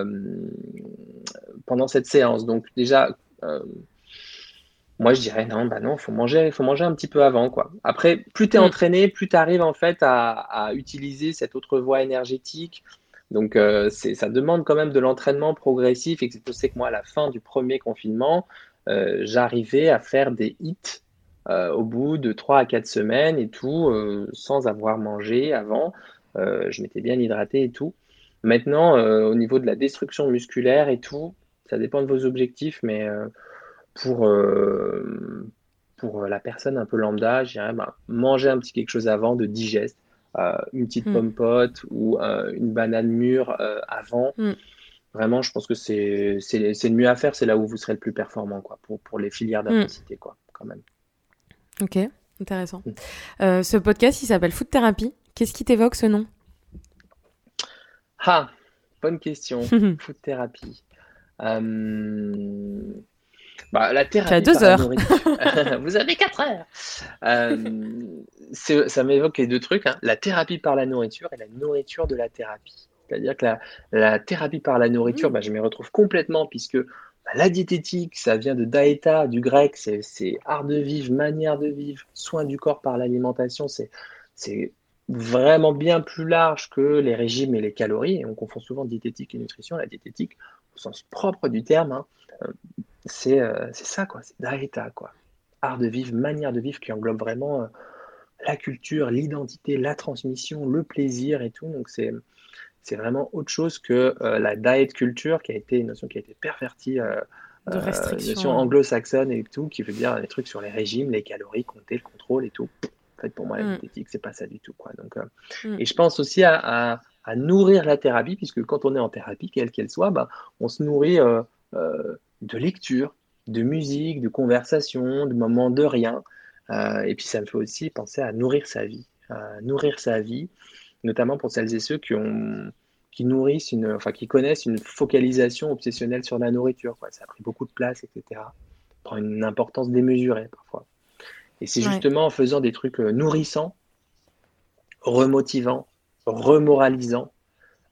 Speaker 2: pendant cette séance. Donc déjà, euh, moi je dirais non, bah non, faut manger, faut manger un petit peu avant, quoi. Après, plus tu es
Speaker 1: Mm.
Speaker 2: entraîné, plus tu arrives en fait à, à utiliser cette autre voie énergétique. Donc euh, c'est, ça demande quand même de l'entraînement progressif. Et je sais que moi, à la fin du premier confinement, euh, j'arrivais à faire des hits euh, au bout de trois à quatre semaines et tout, euh, sans avoir mangé avant. Euh, je m'étais bien hydraté et tout. Maintenant, euh, au niveau de la destruction musculaire et tout, ça dépend de vos objectifs, mais euh, pour, euh, pour la personne un peu lambda, je dirais bah, manger un petit quelque chose avant de digeste, euh, une petite
Speaker 1: Mm.
Speaker 2: pomme pote ou euh, une banane mûre euh, avant.
Speaker 1: Mm.
Speaker 2: Vraiment, je pense que c'est c'est c'est le mieux à faire, c'est là où vous serez le plus performant quoi, pour, pour les filières
Speaker 1: Mm.
Speaker 2: d'intensité quoi, quand même.
Speaker 1: Ok, intéressant. Euh, ce podcast, il s'appelle Food Therapy. Qu'est-ce qui t'évoque ce nom?
Speaker 2: Ah, bonne question. Food thérapie. Euh, bah, la
Speaker 1: Tu as
Speaker 2: thérapie
Speaker 1: deux
Speaker 2: par la
Speaker 1: heures.
Speaker 2: nourriture. Vous avez quatre heures. Euh, c'est- ça m'évoque les deux trucs, hein, la thérapie par la nourriture et la nourriture de la thérapie. C'est-à-dire que la, la thérapie par la nourriture,
Speaker 1: Mm.
Speaker 2: bah, je m'y retrouve complètement puisque bah, la diététique, ça vient de daeta, du grec, c'est c'est art de vivre, manière de vivre, soin du corps par l'alimentation, c'est c'est vraiment bien plus large que les régimes et les calories. Et on confond souvent diététique et nutrition. La diététique, au sens propre du terme, hein, euh, c'est euh, c'est ça, quoi, c'est daeta, quoi. Art de vivre, manière de vivre qui englobe vraiment euh, la culture, l'identité, la transmission, le plaisir et tout. Donc c'est c'est vraiment autre chose que euh, la diet culture qui a été une notion qui a été pervertie, euh,
Speaker 1: De
Speaker 2: euh, une notion
Speaker 1: restriction. euh.
Speaker 2: anglo-saxonne et tout, qui veut dire les trucs sur les régimes, les calories, compter, le contrôle et tout. En fait, pour moi, la
Speaker 1: Mm.
Speaker 2: diététique, c'est pas ça du tout, quoi. Donc, euh,
Speaker 1: Mm.
Speaker 2: et je pense aussi à, à, à nourrir la thérapie, puisque quand on est en thérapie, quelle qu'elle soit, bah, on se nourrit euh, euh, de lecture, de musique, de conversation, de moments de rien. Euh, et puis ça me fait aussi penser à nourrir sa vie, à nourrir sa vie, notamment pour celles et ceux qui ont qui nourrissent une, enfin qui connaissent une focalisation obsessionnelle sur la nourriture, quoi. Ça a pris beaucoup de place, et cetera. Ça prend une importance démesurée parfois. Et c'est
Speaker 1: Ouais.
Speaker 2: justement en faisant des trucs euh, nourrissants, remotivants, remoralisants,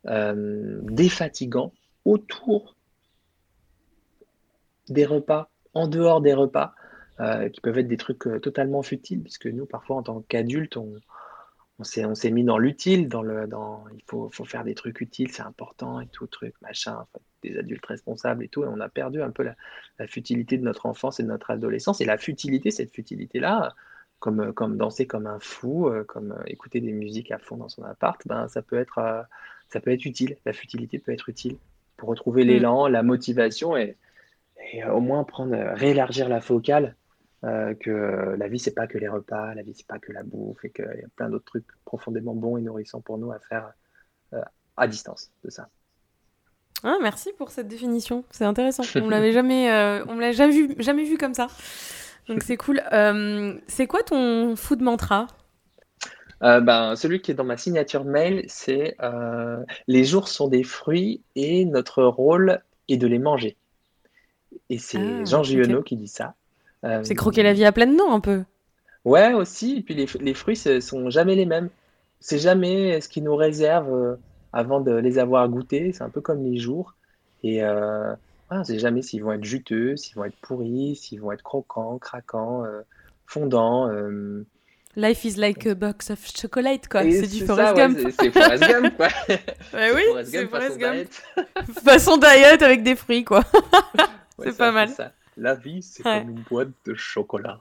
Speaker 2: euh, défatigants autour des repas en dehors des repas, euh, qui peuvent être des trucs euh, totalement futiles, puisque nous, parfois, en tant qu'adultes, on, on s'est, on s'est mis dans l'utile, dans le, dans, il faut, faut faire des trucs utiles, c'est important et tout, truc, machin, faut être des adultes responsables et tout, et on a perdu un peu la, la futilité de notre enfance et de notre adolescence. Et la futilité, cette futilité-là, comme, comme danser comme un fou, euh, comme euh, écouter des musiques à fond dans son appart, ben, ça peut être, euh, ça peut être utile. La futilité peut être utile pour retrouver
Speaker 1: Mm.
Speaker 2: l'élan, la motivation et, et euh, au moins prendre, euh, réélargir la focale, euh, que euh, la vie, c'est pas que les repas, la vie, c'est pas que la bouffe, et qu'il y a plein d'autres trucs profondément bons et nourrissants pour nous à faire euh, à distance de ça.
Speaker 1: Ah, merci pour cette définition, c'est intéressant. On me l'avait jamais, euh, on me l'a jamais vu, jamais vu comme ça. Donc c'est cool. Euh, c'est quoi ton food mantra?
Speaker 2: Euh, ben, celui qui est dans ma signature mail, c'est euh, les jours sont des fruits et notre rôle est de les manger. Et c'est
Speaker 1: Ah,
Speaker 2: Jean
Speaker 1: ok.
Speaker 2: Giono qui dit ça. Euh,
Speaker 1: C'est croquer la vie à pleines dents un peu.
Speaker 2: ouais, aussi. Et puis les, les fruits, ce sont jamais les mêmes. C'est jamais ce qui nous réserve euh, avant de les avoir goûtés. C'est un peu comme les jours. Et euh, voilà, on sait jamais s'ils vont être juteux, s'ils vont être pourris, s'ils vont être croquants, craquants, euh, fondants. euh.
Speaker 1: Life is like a box of chocolate, quoi.
Speaker 2: Et
Speaker 1: C'est du
Speaker 2: c'est
Speaker 1: Forrest
Speaker 2: ça, ouais,
Speaker 1: Gump.
Speaker 2: c'est c'est Forrest Gump, quoi.
Speaker 1: Ouais,
Speaker 2: C'est
Speaker 1: oui,
Speaker 2: Forrest
Speaker 1: c'est
Speaker 2: Gump façon
Speaker 1: Forrest Gump.
Speaker 2: diet.
Speaker 1: Façon diet avec des fruits, quoi.
Speaker 2: Ouais,
Speaker 1: C'est
Speaker 2: c'est un
Speaker 1: pas
Speaker 2: peu
Speaker 1: mal.
Speaker 2: ça. La vie, c'est
Speaker 1: Ouais.
Speaker 2: comme une boîte de chocolat.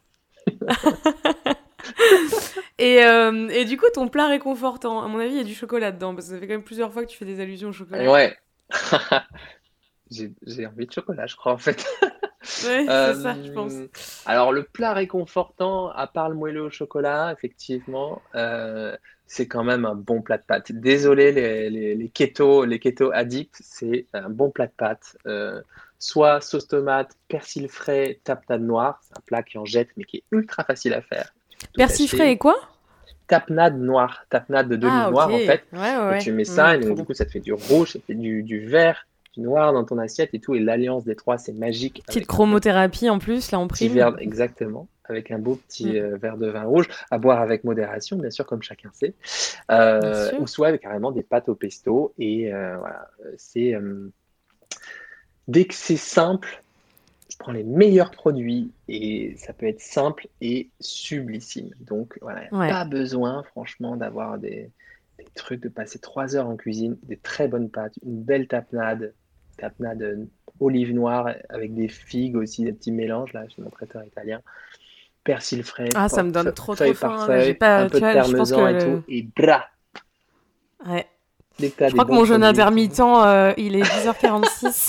Speaker 1: Et, euh, et du coup, ton plat réconfortant, à mon avis, il y a du chocolat dedans, parce que ça fait quand même plusieurs fois que tu fais des allusions au
Speaker 2: Et
Speaker 1: chocolat.
Speaker 2: ouais, j'ai j'ai envie de chocolat, je crois, en fait.
Speaker 1: Ouais, c'est ça, je pense.
Speaker 2: Euh, alors, le plat réconfortant, à part le moelleux au chocolat, effectivement, euh, c'est quand même un bon plat de pâtes. Désolé, les, les, les keto, les keto addicts, c'est un bon plat de pâtes. Euh, soit sauce tomate, persil frais, tapenade noire. C'est un plat qui en jette, mais qui est ultra facile à faire. Tu peux tout
Speaker 1: Persille frais et
Speaker 2: acheter.
Speaker 1: quoi?
Speaker 2: Tapenade noire, tapenade d'olive
Speaker 1: Ah, ok.
Speaker 2: noire, en
Speaker 1: Ouais,
Speaker 2: fait.
Speaker 1: ouais,
Speaker 2: Et tu
Speaker 1: ouais.
Speaker 2: mets ça,
Speaker 1: Mm,
Speaker 2: et
Speaker 1: trop
Speaker 2: donc, du
Speaker 1: bon.
Speaker 2: coup, ça te fait du rouge, ça te fait du, du vert, du noir dans ton assiette et tout. Et l'alliance des trois, c'est magique
Speaker 1: Petite
Speaker 2: avec un bon
Speaker 1: chromothérapie en plus, là, en
Speaker 2: petit
Speaker 1: prime.
Speaker 2: verre, exactement, avec un beau petit
Speaker 1: Mm,
Speaker 2: euh, verre de vin rouge, à boire avec modération, bien sûr, comme chacun sait.
Speaker 1: bien
Speaker 2: Euh,
Speaker 1: sûr.
Speaker 2: ou soit avec carrément des pâtes au pesto. Et euh, voilà, c'est euh, dès que c'est simple, je prends les meilleurs produits et ça peut être simple et sublissime. Donc voilà, il n'y a
Speaker 1: Ouais.
Speaker 2: pas besoin, franchement, d'avoir des, des trucs, de passer trois heures en cuisine, des très bonnes pâtes, une belle tapenade, tapenade euh, olive noire avec des figues aussi, des petits mélanges là, chez mon traiteur italien, persil frais,
Speaker 1: Ah, ça
Speaker 2: hop,
Speaker 1: me donne trop trop
Speaker 2: feuille par
Speaker 1: faim, là. J'ai
Speaker 2: feuille, un
Speaker 1: pas,
Speaker 2: peu
Speaker 1: tu
Speaker 2: de
Speaker 1: vois, je pense que
Speaker 2: parmesan et tout,
Speaker 1: le...
Speaker 2: et bra,
Speaker 1: Ouais.
Speaker 2: dès que tu as
Speaker 1: Je
Speaker 2: des
Speaker 1: crois que
Speaker 2: bons
Speaker 1: mon jeûne
Speaker 2: produits et tout,
Speaker 1: intermittent, euh, il est dix heures quarante-six.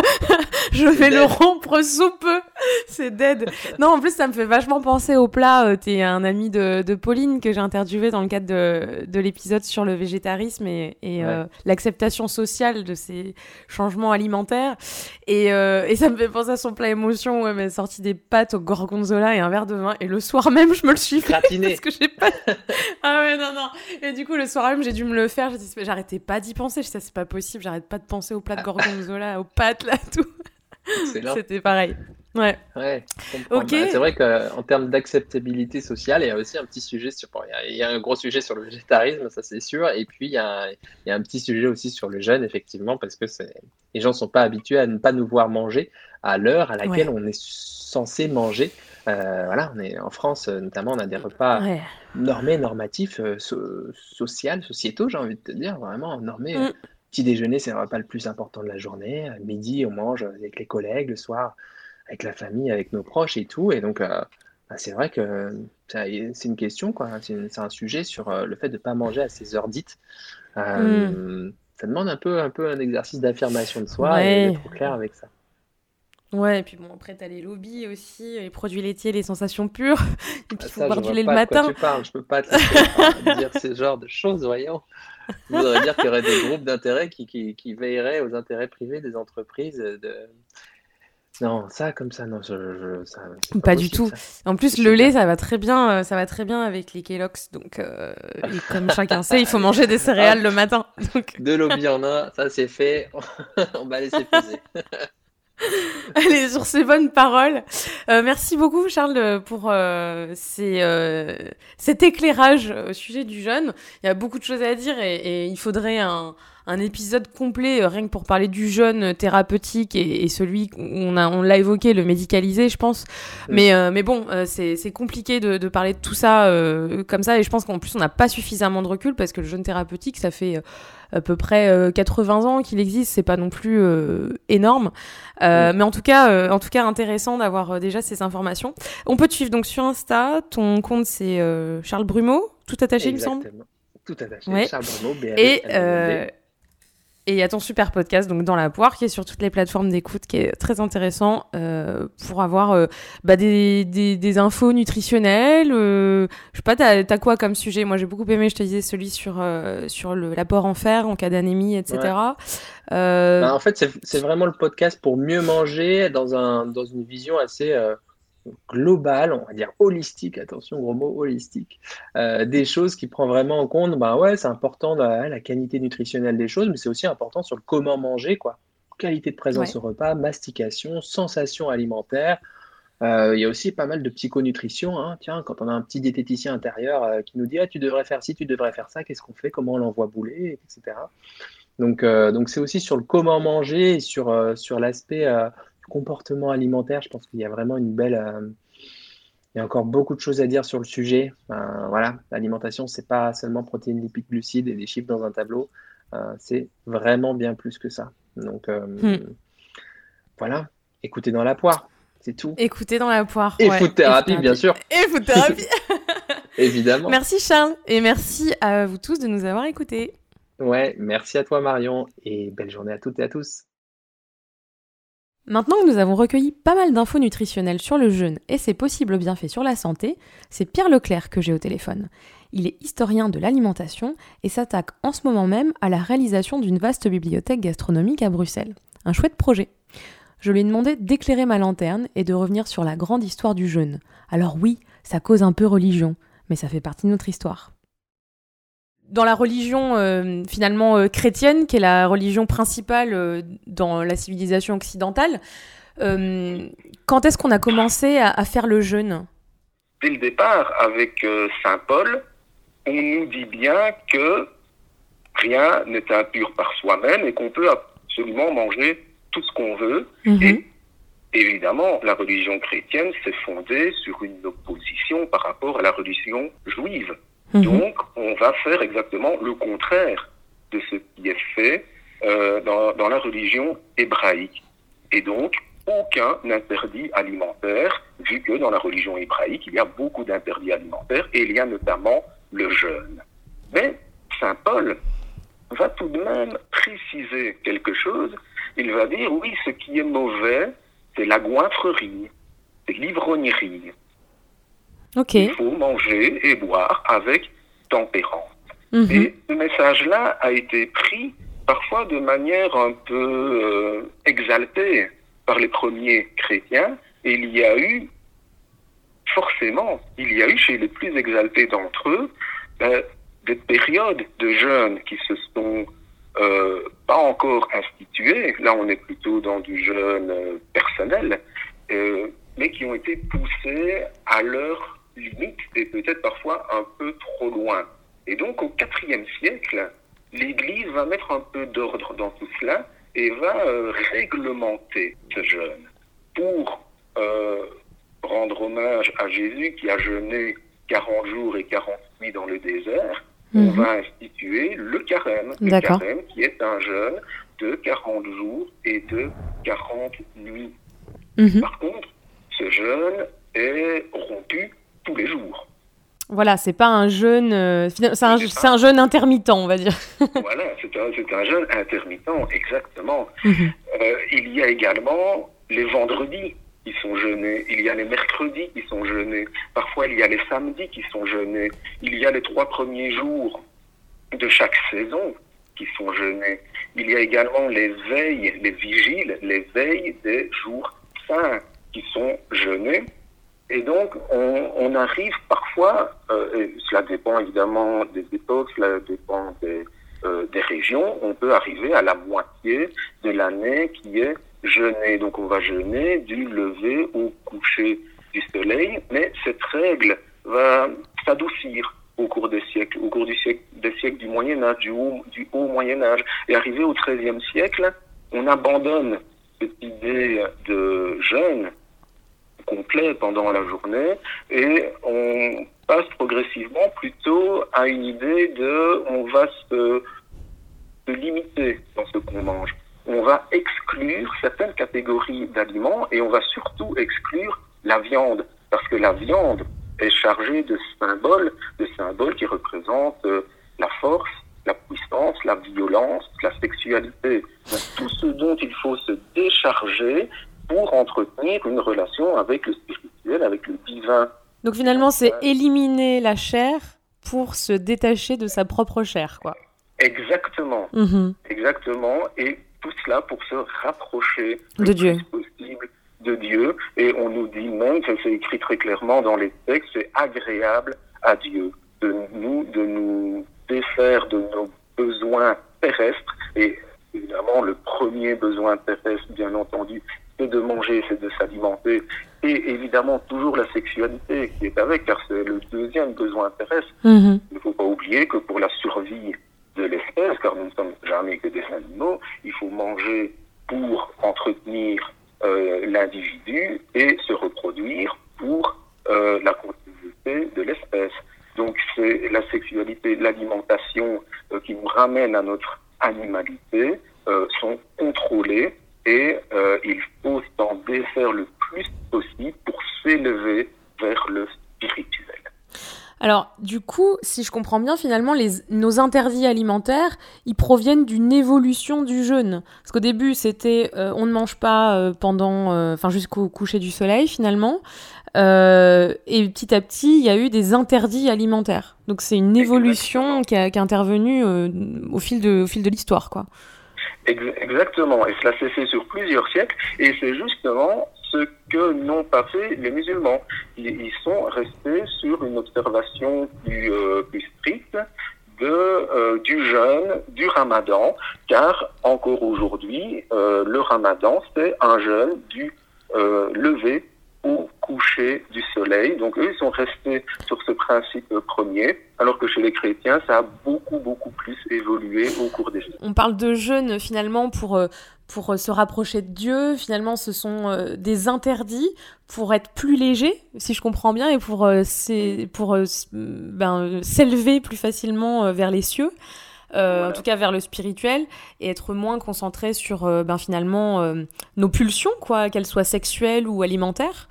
Speaker 1: Je
Speaker 2: c'est
Speaker 1: vais le
Speaker 2: dead.
Speaker 1: rompre sous peu. C'est dead. Non, en plus, ça me fait vachement penser au plat. Euh, T'es un ami de, de Pauline que j'ai interviewé dans le cadre de, de l'épisode sur le végétarisme et, et euh,
Speaker 2: Ouais.
Speaker 1: l'acceptation sociale de ces changements alimentaires. Et, euh, et ça me fait penser à son plat émotion où elle m'a sorti des pâtes au gorgonzola et un verre de vin. Et le soir même, je me le suis fait parce
Speaker 2: Gratiné.
Speaker 1: que j'ai pas... Ah ouais, non, non. Et du coup, le soir même, j'ai dû me le faire. J'ai dit, j'arrêtais pas d'y penser. Je disais, c'est pas possible. J'arrête pas de penser au plat de gorgonzola, aux pâtes, là, tout.
Speaker 2: Excellent.
Speaker 1: C'était pareil. Ouais.
Speaker 2: Ouais, je comprends.
Speaker 1: Ok.
Speaker 2: Bah, c'est vrai qu'en termes d'acceptabilité sociale, il y a aussi un petit sujet sur, bon, il y a, il y a un gros sujet sur le végétarisme, ça c'est sûr, et puis il y a, un- il y a un petit sujet aussi sur le jeûne, effectivement, parce que c'est, les gens sont pas habitués à ne pas nous voir manger à l'heure à laquelle
Speaker 1: Ouais.
Speaker 2: on est censé manger. Euh, voilà, on est en France, euh, notamment, on a des repas
Speaker 1: Ouais.
Speaker 2: normés, normatifs, euh, so- social, sociétaux, j'ai envie de te dire, vraiment normés. Euh,
Speaker 1: Mm.
Speaker 2: Petit déjeuner, c'est le repas le plus important de la journée. À midi, on mange avec les collègues, le soir avec la famille, avec nos proches et tout. Et donc, euh, bah, c'est vrai que ça- c'est une question, quoi. C'est une- c'est un sujet sur euh, le fait de ne pas manger à ces heures dites.
Speaker 1: Mm.
Speaker 2: Euh, ça demande un peu, un peu un exercice d'affirmation de soi et
Speaker 1: Ouais.
Speaker 2: d'être au clair avec ça.
Speaker 1: Ouais, et puis bon, après, t'as les lobbies aussi, les produits laitiers, les sensations pures. Et puis,
Speaker 2: Ah,
Speaker 1: il faut
Speaker 2: ça, je
Speaker 1: boire du
Speaker 2: vois
Speaker 1: lait le
Speaker 2: pas de quoi
Speaker 1: matin.
Speaker 2: tu parles. Je peux pas te laisser enfin, dire ce genre de choses, voyons. Je voudrais dire qu'il y aurait des groupes d'intérêt qui, qui, qui veilleraient aux intérêts privés des entreprises. De... Non, ça, comme ça, non, je, je- ça, c'est pas
Speaker 1: Pas du
Speaker 2: possible,
Speaker 1: tout.
Speaker 2: ça.
Speaker 1: En plus,
Speaker 2: C'est
Speaker 1: le lait,
Speaker 2: super.
Speaker 1: ça va très bien, euh, ça va très bien avec les Kellogg's. Donc, euh, et comme chacun sait, il faut manger des
Speaker 2: Hop,
Speaker 1: céréales le matin. Donc,
Speaker 2: deux lobbies en un, ça c'est fait. On va laisser peser.
Speaker 1: Allez, sur ces bonnes paroles. Euh, merci beaucoup, Charles, pour euh, ces, euh, cet éclairage au sujet du jeûne. Il y a beaucoup de choses à dire et, et il faudrait un, un épisode complet euh, rien que pour parler du jeûne thérapeutique et, et celui qu'on a, on l'a évoqué, le médicalisé, je pense. Mm. Mais, euh, mais bon, euh, c'est, c'est compliqué de, de parler de tout ça euh, comme ça. Et je pense qu'en plus, on n'a pas suffisamment de recul parce que le jeûne thérapeutique, ça fait... Euh, à peu près euh, quatre-vingts ans qu'il existe, c'est pas non plus euh, énorme, euh, oui. mais en tout cas, euh, en tout cas intéressant d'avoir euh, déjà ces informations. On peut te suivre donc sur Insta, ton compte c'est euh, Charles Brumeau, tout attaché
Speaker 2: Exactement.
Speaker 1: il me semble.
Speaker 2: Tout attaché, ouais. Charles Brumeau, B R U.
Speaker 1: Et euh, Et il y a ton super podcast, donc Dans la poire, qui est sur toutes les plateformes d'écoute, qui est très intéressant euh, pour avoir euh, bah, des, des, des infos nutritionnelles. Euh, je sais pas, t'as, t'as quoi comme sujet ? Moi, j'ai beaucoup aimé, je te disais, celui sur, euh, sur le, l'apport en fer en cas d'anémie, et cetera.
Speaker 2: Ouais.
Speaker 1: Euh...
Speaker 2: Bah, en fait, c'est, c'est vraiment le podcast pour mieux manger dans, un, dans une vision assez... Euh... global, on va dire holistique, attention, gros mot, holistique, euh, des choses qui prend vraiment en compte, ben ouais, c'est important la, la qualité nutritionnelle des choses, mais c'est aussi important sur le comment manger, quoi. Qualité de présence ouais. au repas, mastication, sensation alimentaire. Euh, il y a aussi pas mal de psychonutrition, hein. Tiens, quand on a un petit diététicien intérieur euh, qui nous dit ah, tu devrais faire ci, tu devrais faire ça, qu'est-ce qu'on fait, comment on l'envoie bouler, et cetera. Donc, euh, donc c'est aussi sur le comment manger et sur, euh, sur l'aspect euh, comportement alimentaire. Je pense qu'il y a vraiment une belle... Euh, il y a encore beaucoup de choses à dire sur le sujet. Euh, voilà, l'alimentation, c'est pas seulement protéines, lipides, glucides et des chiffres dans un tableau. Euh, c'est vraiment bien plus que ça. Donc, euh, hmm. voilà, écoutez dans la poire, c'est tout.
Speaker 1: Écoutez dans la poire.
Speaker 2: Et
Speaker 1: ouais.
Speaker 2: food thérapie,
Speaker 1: et
Speaker 2: bien sûr.
Speaker 1: Et food thérapie.
Speaker 2: Évidemment.
Speaker 1: Merci Charles, et merci à vous tous de nous avoir écoutés.
Speaker 2: Ouais, merci à toi Marion, et belle journée à toutes et à tous.
Speaker 1: Maintenant que nous avons recueilli pas mal d'infos nutritionnelles sur le jeûne et ses possibles bienfaits sur la santé, c'est Pierre Leclerc que j'ai au téléphone. Il est historien de l'alimentation et s'attaque en ce moment même à la réalisation d'une vaste bibliothèque gastronomique à Bruxelles. Un chouette projet. Je lui ai demandé d'éclairer ma lanterne et de revenir sur la grande histoire du jeûne. Alors oui, ça cause un peu religion, mais ça fait partie de notre histoire. Dans la religion euh, finalement euh, chrétienne, qui est la religion principale euh, dans la civilisation occidentale, euh, quand est-ce qu'on a commencé à, à faire le jeûne ?
Speaker 3: Dès le départ, avec euh, saint Paul, on nous dit bien que rien n'est impur par soi-même et qu'on peut absolument manger tout ce qu'on veut. Mmh. Et évidemment, la religion chrétienne s'est fondée sur une opposition par rapport à la religion juive. Donc, on va faire exactement le contraire de ce qui est fait euh, dans, dans la religion hébraïque. Et donc, aucun interdit alimentaire, vu que dans la religion hébraïque, il y a beaucoup d'interdits alimentaires, et il y a notamment le jeûne. Mais saint Paul va tout de même préciser quelque chose. Il va dire, oui, ce qui est mauvais, c'est la goinfrerie, c'est l'ivrognerie.
Speaker 1: Okay.
Speaker 3: Il faut manger et boire avec tempérance.
Speaker 1: Mmh.
Speaker 3: Et ce message-là a été pris parfois de manière un peu euh, exaltée par les premiers chrétiens. Et il y a eu, forcément, il y a eu chez les plus exaltés d'entre eux, euh, des périodes de jeûne qui se sont euh, pas encore instituées. Là, on est plutôt dans du jeûne euh, personnel, euh, mais qui ont été poussées à leur limite et peut-être parfois un peu trop loin. Et donc au quatrième siècle, l'Église va mettre un peu d'ordre dans tout cela et va euh, réglementer ce jeûne pour euh, rendre hommage à Jésus qui a jeûné quarante jours et quarante nuits dans le désert. Mmh. On va instituer le carême, le carême qui est un jeûne de quarante jours et de quarante nuits. Mmh. Par contre, ce jeûne est rompu tous les jours.
Speaker 1: Voilà, c'est pas un jeûne, euh, c'est, un, c'est, c'est un jeûne intermittent, on va dire.
Speaker 3: Voilà, c'est un, c'est un jeûne intermittent, exactement.
Speaker 1: Mm-hmm.
Speaker 3: Euh, il y a également les vendredis qui sont jeûnés, il y a les mercredis qui sont jeûnés, parfois il y a les samedis qui sont jeûnés, il y a les trois premiers jours de chaque saison qui sont jeûnés. Il y a également les veilles, les vigiles, les veilles des jours saints qui sont jeûnés. Et donc, on, on arrive parfois, euh, et cela dépend évidemment des époques, cela dépend des, euh, des régions, on peut arriver à la moitié de l'année qui est jeûner. Donc on va jeûner du lever au coucher du soleil, mais cette règle va s'adoucir au cours des siècles, au cours du siècle, des siècles du Moyen Âge, du haut, du haut Moyen Âge. Et arrivé au treizième siècle, on abandonne cette idée de jeûne complet pendant la journée et on passe progressivement plutôt à une idée de on va se, se limiter dans ce qu'on mange. On va exclure certaines catégories d'aliments et on va surtout exclure la viande, parce que la viande est chargée de symboles, de symboles qui représentent euh, la force, la puissance, la violence, la sexualité. Donc, tout ce dont il faut se décharger pour entretenir une relation avec le spirituel, avec le divin.
Speaker 1: Donc finalement, c'est éliminer la chair pour se détacher de sa propre chair, quoi.
Speaker 3: Exactement.
Speaker 1: Mmh.
Speaker 3: Exactement. Et tout cela pour se rapprocher
Speaker 1: de
Speaker 3: le
Speaker 1: Dieu.
Speaker 3: plus possible de Dieu. Et on nous dit même, ça c'est écrit très clairement dans les textes, c'est agréable à Dieu de nous, de nous défaire de nos besoins terrestres. Et évidemment, le premier besoin terrestre, bien entendu, c'est de manger, c'est de s'alimenter. Et évidemment, toujours la sexualité qui est avec, car c'est le deuxième besoin terrestre.
Speaker 1: Mmh.
Speaker 3: Il ne faut pas oublier que pour la survie de l'espèce, car nous ne sommes jamais que des animaux, il faut manger pour entretenir euh, l'individu et se reproduire pour euh, la continuité de l'espèce. Donc c'est la sexualité, l'alimentation euh, qui nous ramène à notre animalité euh, sont contrôlées et euh, il faut s'en défaire le plus possible pour s'élever vers le spirituel.
Speaker 1: Alors, du coup, si je comprends bien, finalement, les, nos interdits alimentaires, ils proviennent d'une évolution du jeûne. Parce qu'au début, c'était euh, on ne mange pas euh, pendant, enfin, euh, jusqu'au coucher du soleil, finalement. Euh, et petit à petit, il y a eu des interdits alimentaires. Donc, c'est une évolution qui, a, qui est intervenue euh, au fil de, au fil de l'histoire, quoi.
Speaker 3: Exactement. Et cela s'est fait sur plusieurs siècles. Et c'est justement ce que n'ont pas fait les musulmans. Ils sont restés sur une observation plus, euh, plus stricte de, euh, du jeûne, du ramadan, car encore aujourd'hui, euh, le ramadan, c'est un jeûne du euh, lever au coucher du soleil. Donc eux, ils sont restés sur ce principe premier, alors que chez les chrétiens, ça a beaucoup, beaucoup plus évolué au cours des siècles.
Speaker 1: On parle de jeûne, finalement, pour, pour se rapprocher de Dieu. Finalement, ce sont des interdits pour être plus léger, si je comprends bien, et pour, c'est, pour ben, s'élever plus facilement vers les cieux. Euh, voilà. En tout cas vers le spirituel, et être moins concentré sur euh, ben, finalement euh, nos pulsions, quoi, qu'elles soient sexuelles ou alimentaires.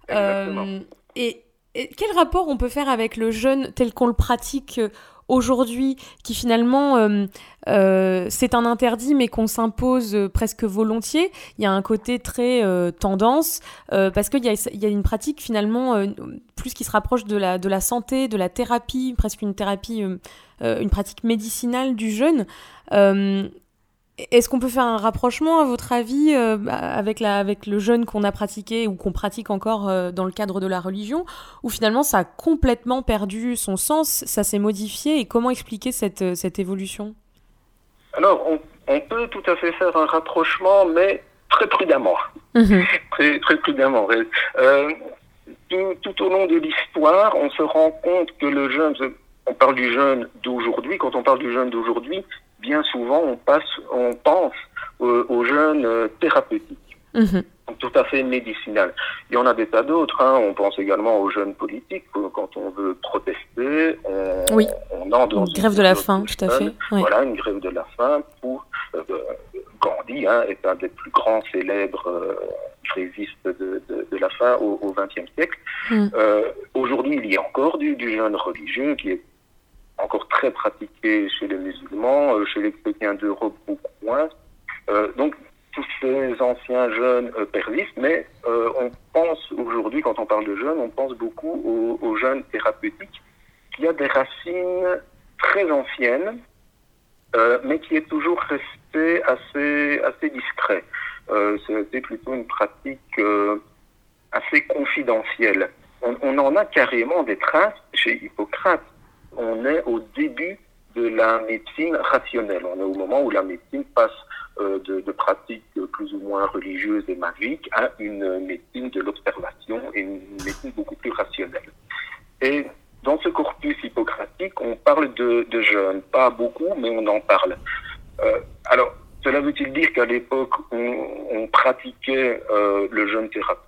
Speaker 1: Euh, et, et quel rapport on peut faire avec le jeûne tel qu'on le pratique aujourd'hui, qui finalement euh, euh, c'est un interdit mais qu'on s'impose presque volontiers. Il y a un côté très euh, tendance euh, parce qu'il y a, il y a une pratique finalement euh, plus qui se rapproche de la, de la santé, de la thérapie, presque une thérapie, euh, euh, une pratique médicinale du jeûne. Euh, Est-ce qu'on peut faire un rapprochement, à votre avis, euh, avec, la, avec le jeûne qu'on a pratiqué ou qu'on pratique encore euh, dans le cadre de la religion, où finalement ça a complètement perdu son sens, ça s'est modifié, et comment expliquer cette, cette évolution ?
Speaker 3: Alors, on, on peut tout à fait faire un rapprochement, mais très prudemment. Mmh. très, très prudemment. Euh, tout, tout au long de l'histoire, on se rend compte que le jeûne, on parle du jeûne d'aujourd'hui, quand on parle du jeûne d'aujourd'hui, bien souvent, on, passe, on pense euh, au jeûne euh, thérapeutique, mmh. tout à fait médicinal. Il y en a des tas d'autres. Hein. On pense également au jeûne politique. Quand on veut protester, on,
Speaker 1: oui.
Speaker 3: on entre dans
Speaker 1: une grève de la faim, tout à fait. Oui.
Speaker 3: Voilà, une grève de la faim pour euh, Gandhi, hein, est un des plus grands célèbres euh, grévistes de, de, de la faim au vingtième siècle. Mmh. Euh, aujourd'hui, il y a encore du, du jeûne religieux qui est encore très pratiqué chez les musulmans, euh, chez les chrétiens d'Europe beaucoup moins. Euh, donc, tous ces anciens jeûnes euh, persistent, mais euh, on pense aujourd'hui, quand on parle de jeûne, on pense beaucoup au, au jeûne thérapeutique, qui a des racines très anciennes, euh, mais qui est toujours resté assez, assez discret. Euh, c'était plutôt une pratique euh, assez confidentielle. On, on en a carrément des traces chez Hippocrate. On est au début de la médecine rationnelle. On est au moment où la médecine passe euh, de, de pratiques plus ou moins religieuses et magiques à une médecine de l'observation et une médecine beaucoup plus rationnelle. Et dans ce corpus hippocratique, on parle de, de jeûne, pas beaucoup, mais on en parle. Euh, alors, cela veut-il dire qu'à l'époque, on, on pratiquait euh, le jeûne thérapeutique ?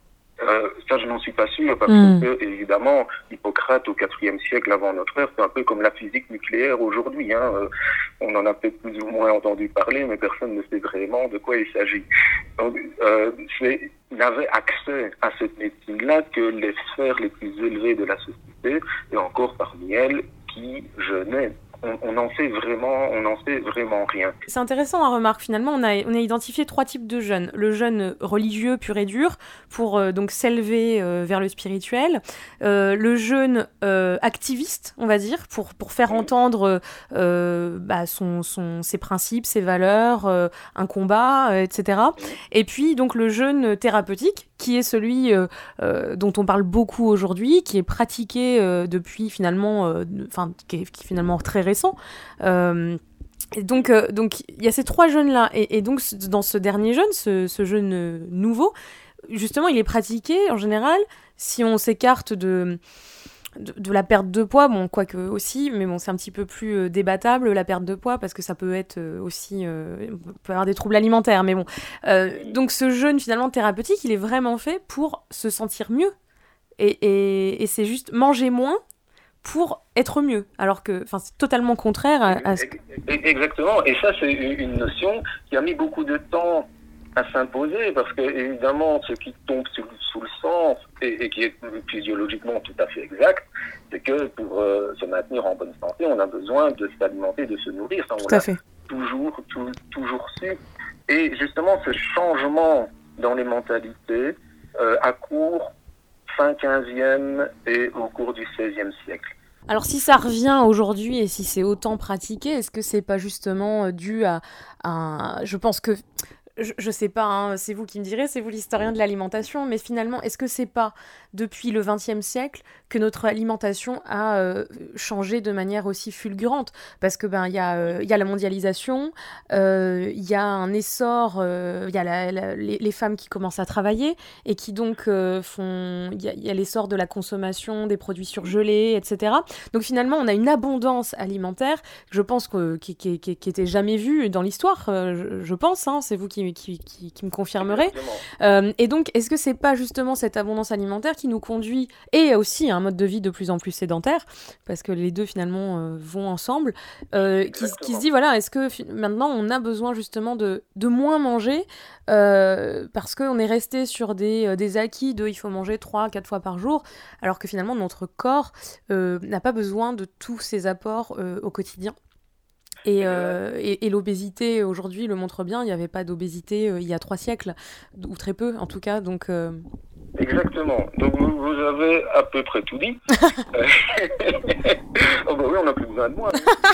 Speaker 3: Euh, ça, je n'en suis pas sûr, parce mmh. que, évidemment, Hippocrate, au quatrième siècle avant notre ère, c'est un peu comme la physique nucléaire aujourd'hui. Hein. Euh, on en a peut-être plus ou moins entendu parler, mais personne ne sait vraiment de quoi il s'agit. Donc, euh, c'est, n'avait accès à cette médecine-là que les sphères les plus élevées de la société, et encore parmi elles, qui jeûnaient. On, on en sait vraiment, on n'en sait vraiment rien.
Speaker 1: C'est intéressant à remarquer. Finalement, on a, on a identifié trois types de jeûne. Le jeûne religieux pur et dur, pour euh, donc s'élever euh, vers le spirituel. Euh, le jeûne euh, activiste, on va dire, pour, pour faire entendre euh, bah, son, son, ses principes, ses valeurs, euh, un combat, euh, et cetera. Et puis, donc, le jeûne thérapeutique, qui est celui euh, euh, dont on parle beaucoup aujourd'hui, qui est pratiqué euh, depuis finalement, enfin, euh, qui, qui est finalement très récent. Euh, et donc, euh, donc, il y a ces trois jeûnes-là. Et, et donc, dans ce dernier jeûne, ce, ce jeûne nouveau, justement, il est pratiqué, en général, si on s'écarte de... De, de la perte de poids, bon, quoique aussi, mais bon, c'est un petit peu plus euh, débattable, la perte de poids, parce que ça peut être euh, aussi, euh, on peut avoir des troubles alimentaires, mais bon. Euh, donc ce jeûne, finalement, thérapeutique, il est vraiment fait pour se sentir mieux. Et, et, et c'est juste manger moins pour être mieux, alors que, enfin, c'est totalement contraire à, à ce que...
Speaker 3: Exactement, et ça, c'est une notion qui a mis beaucoup de temps à s'imposer, parce que évidemment ce qui tombe sous, sous le sens et, et qui est physiologiquement tout à fait exact, c'est que pour euh, se maintenir en bonne santé, on a besoin de s'alimenter, de se nourrir. Ça, on
Speaker 1: tout à fait.
Speaker 3: toujours, tout, toujours su. Et justement, ce changement dans les mentalités euh, à court fin quinzième et au cours du seizième siècle.
Speaker 1: Alors si ça revient aujourd'hui et si c'est autant pratiqué, est-ce que c'est pas justement dû à, à... Je pense que... Je, je sais pas, hein, c'est vous qui me direz, c'est vous l'historien de l'alimentation, mais finalement, est-ce que c'est pas depuis le vingtième siècle que notre alimentation a euh, changé de manière aussi fulgurante ? Parce que ben il y a euh, il y a la mondialisation, il euh, y a un essor, il euh, y a la, la, les, les femmes qui commencent à travailler et qui donc euh, font, il y a, y a l'essor de la consommation des produits surgelés, et cetera. Donc finalement, on a une abondance alimentaire, je pense que qui qui, qui, qui était jamais vue dans l'histoire, euh, je, je pense, hein, c'est vous qui Qui, qui, qui me confirmerait. Euh, et donc, est-ce que c'est pas justement cette abondance alimentaire qui nous conduit, et aussi un mode de vie de plus en plus sédentaire, parce que les deux finalement euh, vont ensemble, euh, qui, qui se dit, voilà, est-ce que fi- maintenant on a besoin justement de, de moins manger, euh, parce qu'on est resté sur des, euh, des acquis de il faut manger trois quatre fois par jour, alors que finalement notre corps euh, n'a pas besoin de tous ces apports euh, au quotidien. Et, euh, et, et l'obésité aujourd'hui le montre bien, il n'y avait pas d'obésité euh, il y a trois siècles, ou très peu en tout cas. Donc, euh...
Speaker 3: Exactement, donc vous, vous avez à peu près tout dit. Oh bah oui, on n'a plus besoin de moi.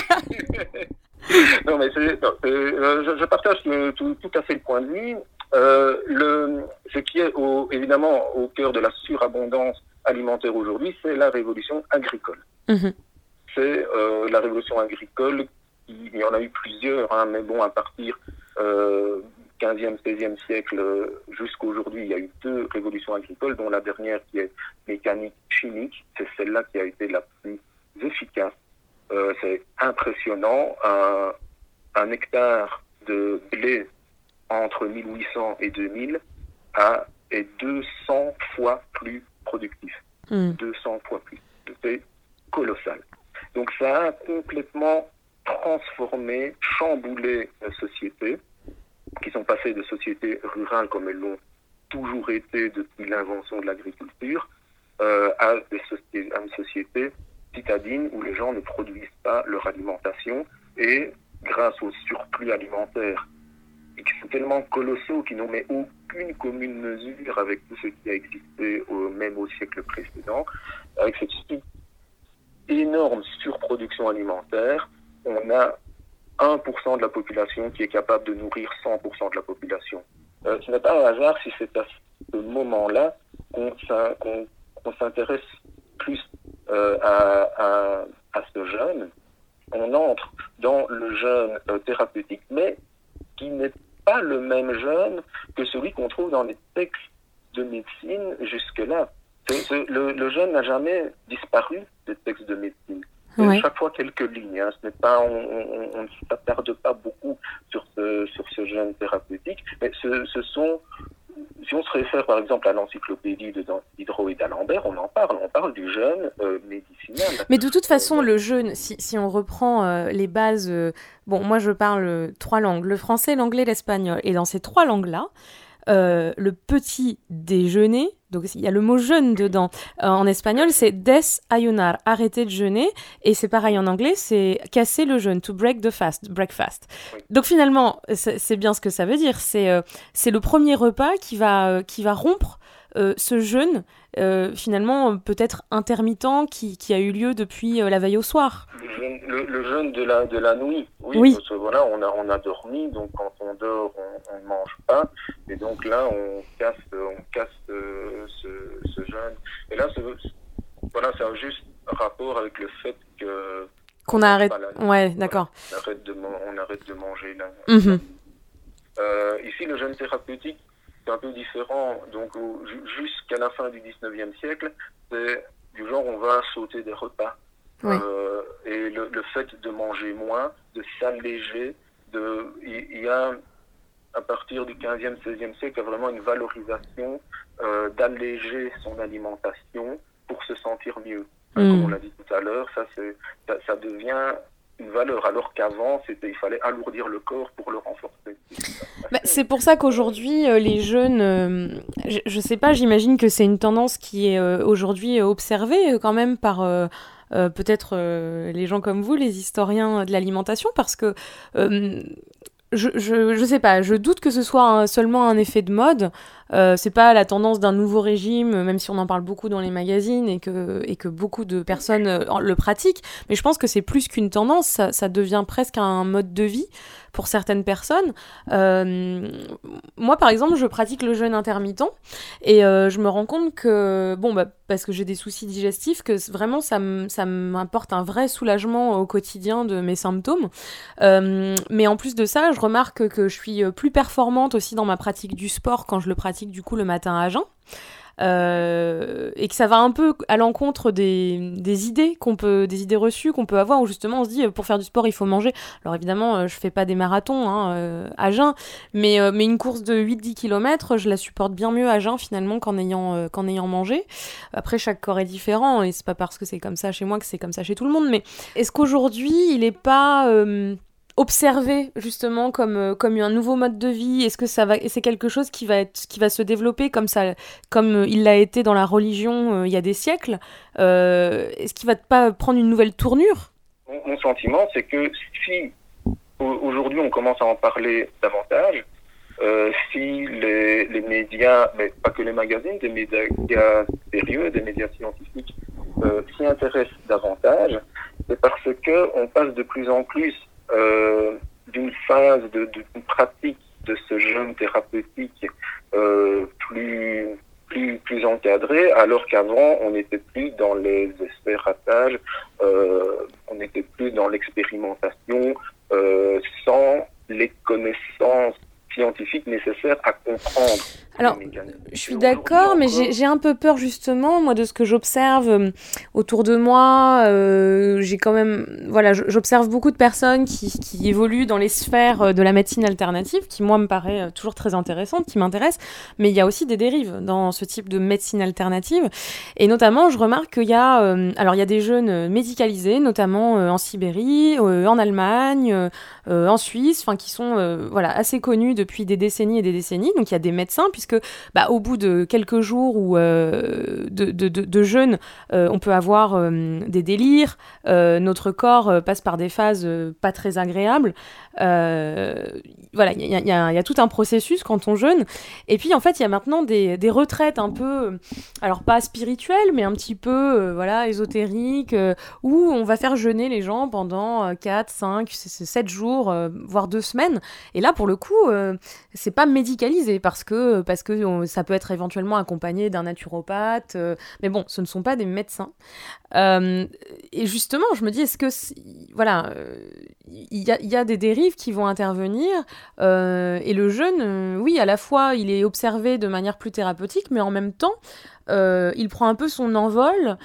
Speaker 3: Non mais c'est, non, c'est, je, je partage le, tout, tout à fait le point de vue. Euh, le, ce qui est au, évidemment au cœur de la surabondance alimentaire aujourd'hui, c'est la révolution agricole. Mmh. C'est euh, la révolution agricole. Il y en a eu plusieurs, hein, mais bon, à partir euh, quinzième, seizième siècle jusqu'à aujourd'hui, il y a eu deux révolutions agricoles, dont la dernière qui est mécanique chimique. C'est celle-là qui a été la plus efficace. Euh, c'est impressionnant. Un, un hectare de blé entre mille huit cents et deux mille a, est deux cents fois plus productif. Mmh. deux cents fois plus. C'est colossal. Donc ça a complètement transformer, chambouler les sociétés, qui sont passées de sociétés rurales comme elles l'ont toujours été depuis l'invention de l'agriculture, euh, à, des sociétés, à une société citadine où les gens ne produisent pas leur alimentation et grâce au surplus alimentaire, et qui sont tellement colossaux qu'ils n'ont mais aucune commune mesure avec tout ce qui a existé au, même au siècle précédent, avec cette énorme surproduction alimentaire, on a un pour cent de la population qui est capable de nourrir cent pour cent de la population. Euh, ce n'est pas un hasard si c'est à ce moment-là qu'on, qu'on, qu'on s'intéresse plus euh, à, à, à ce jeûne. On entre dans le jeûne euh, thérapeutique, mais qui n'est pas le même jeûne que celui qu'on trouve dans les textes de médecine jusque-là. C'est, c'est, le, le jeûne n'a jamais disparu des textes de médecine.
Speaker 1: Ouais.
Speaker 3: Chaque fois quelques lignes. Hein. Ce n'est pas, on, on, on ne s'attarde pas beaucoup sur ce, sur ce jeûne thérapeutique, mais ce, ce sont, si on se réfère par exemple à l'encyclopédie de Diderot et d'Alembert, on en parle, on parle du jeûne euh, médicinal.
Speaker 1: Mais de toute façon, le jeûne, si, si on reprend euh, les bases, euh, bon, moi je parle euh, trois langues, le français, l'anglais, l'espagnol, et dans ces trois langues-là, Euh, le petit déjeuner, donc il y a le mot jeûne dedans. Euh, en espagnol, c'est desayunar, arrêter de jeûner, et c'est pareil en anglais, c'est casser le jeûne, to break the fast, breakfast.
Speaker 3: Oui.
Speaker 1: Donc finalement, c'est, c'est bien ce que ça veut dire. C'est euh, c'est le premier repas qui va euh, qui va rompre euh, ce jeûne. Euh, finalement peut-être intermittent qui, qui a eu lieu depuis euh, la veille au soir.
Speaker 3: Le jeûne, le, le jeûne de la, de la nuit, oui,
Speaker 1: oui.
Speaker 3: Parce que voilà, on a, on a dormi, donc quand on dort, on ne mange pas, et donc là, on casse, on casse euh, ce, ce jeûne. Et là, c'est, voilà, ça a juste rapport avec le fait que...
Speaker 1: Qu'on a arrêté, ouais, d'accord.
Speaker 3: Voilà, on, arrête de, on arrête de manger là.
Speaker 1: Mm-hmm.
Speaker 3: Euh, ici, le jeûne thérapeutique, c'est un peu différent. Donc, au, jusqu'à la fin du dix-neuvième siècle, c'est du genre on va sauter des repas.
Speaker 1: Oui.
Speaker 3: Euh, et le, le fait de manger moins, de s'alléger, de, il y a à partir du quinzième, seizième siècle, vraiment une valorisation euh, d'alléger son alimentation pour se sentir mieux. Enfin, mmh. Comme on l'a dit tout à l'heure, ça, c'est, ça, ça devient une valeur, alors qu'avant, c'était, il fallait alourdir le corps pour le renforcer.
Speaker 1: Bah, c'est pour ça qu'aujourd'hui, euh, les jeunes, euh, je, je sais pas, j'imagine que c'est une tendance qui est euh, aujourd'hui observée euh, quand même par euh, euh, peut-être euh, les gens comme vous, les historiens de l'alimentation, parce que euh, je, je, je sais pas, je doute que ce soit un, seulement un effet de mode. Euh, c'est pas la tendance d'un nouveau régime, même si on en parle beaucoup dans les magazines et que, et que beaucoup de personnes euh, le pratiquent. Mais je pense que c'est plus qu'une tendance, ça, ça devient presque un mode de vie pour certaines personnes. Euh, moi, par exemple, je pratique le jeûne intermittent et euh, je me rends compte que, bon, bah, parce que j'ai des soucis digestifs, que vraiment, ça, m- ça m'apporte un vrai soulagement au quotidien de mes symptômes. Euh, mais en plus de ça, je remarque que je suis plus performante aussi dans ma pratique du sport quand je le pratique du coup le matin à jeun. Euh, et que ça va un peu à l'encontre des, des idées qu'on peut, des idées reçues qu'on peut avoir, où justement on se dit pour faire du sport il faut manger. Alors évidemment je fais pas des marathons hein, euh, à jeun, mais, euh, mais une course de huit à dix kilomètres je la supporte bien mieux à jeun finalement qu'en ayant, euh, qu'en ayant mangé. Après chaque corps est différent et c'est pas parce que c'est comme ça chez moi que c'est comme ça chez tout le monde, mais est-ce qu'aujourd'hui il est pas euh, observer justement comme comme un nouveau mode de vie? Est-ce que ça va, et c'est quelque chose qui va être qui va se développer comme ça, comme il l'a été dans la religion euh, il y a des siècles? Euh, est-ce qu'il va pas prendre une nouvelle tournure?
Speaker 3: Mon, mon sentiment, c'est que si aujourd'hui on commence à en parler davantage, euh, si les, les médias, mais pas que les magazines, des médias sérieux, des médias scientifiques euh, s'y intéressent davantage, c'est parce que on passe de plus en plus Euh, d'une phase de, de, d'une pratique de ce jeûne thérapeutique euh, plus plus plus encadrée, alors qu'avant on n'était plus dans les essais ratages, euh, on n'était plus dans l'expérimentation euh, sans les connaissances scientifiques nécessaires à comprendre.
Speaker 1: Alors, je suis d'accord, mais j'ai, j'ai un peu peur justement, moi, de ce que j'observe euh, autour de moi. Euh, j'ai quand même, voilà, j'observe beaucoup de personnes qui, qui évoluent dans les sphères de la médecine alternative, qui moi me paraît toujours très intéressante, qui m'intéresse. Mais il y a aussi des dérives dans ce type de médecine alternative, et notamment, je remarque qu'il y a, euh, alors il y a des jeunes médicalisés, notamment euh, en Sibérie, euh, en Allemagne, euh, en Suisse, enfin qui sont, euh, voilà, assez connus depuis des décennies et des décennies. Donc il y a des médecins, puisque que bah, au bout de quelques jours ou euh, de, de, de, de jeûne, euh, on peut avoir euh, des délires, euh, notre corps euh, passe par des phases euh, pas très agréables. Euh, voilà, il y, y, y, y a tout un processus quand on jeûne. Et puis en fait, il y a maintenant des, des retraites un peu, alors pas spirituelles, mais un petit peu euh, voilà, ésotériques, euh, où on va faire jeûner les gens pendant quatre, cinq, sept jours, euh, voire deux semaines. Et là, pour le coup, euh, c'est pas médicalisé parce que, parce parce que on, ça peut être éventuellement accompagné d'un naturopathe. Euh, mais bon, ce ne sont pas des médecins. Euh, et justement, je me dis, est-ce que... Voilà, il y, y a des dérives qui vont intervenir. Euh, et le jeûne, euh, oui, à la fois, il est observé de manière plus thérapeutique, mais en même temps, euh, il prend un peu son envol.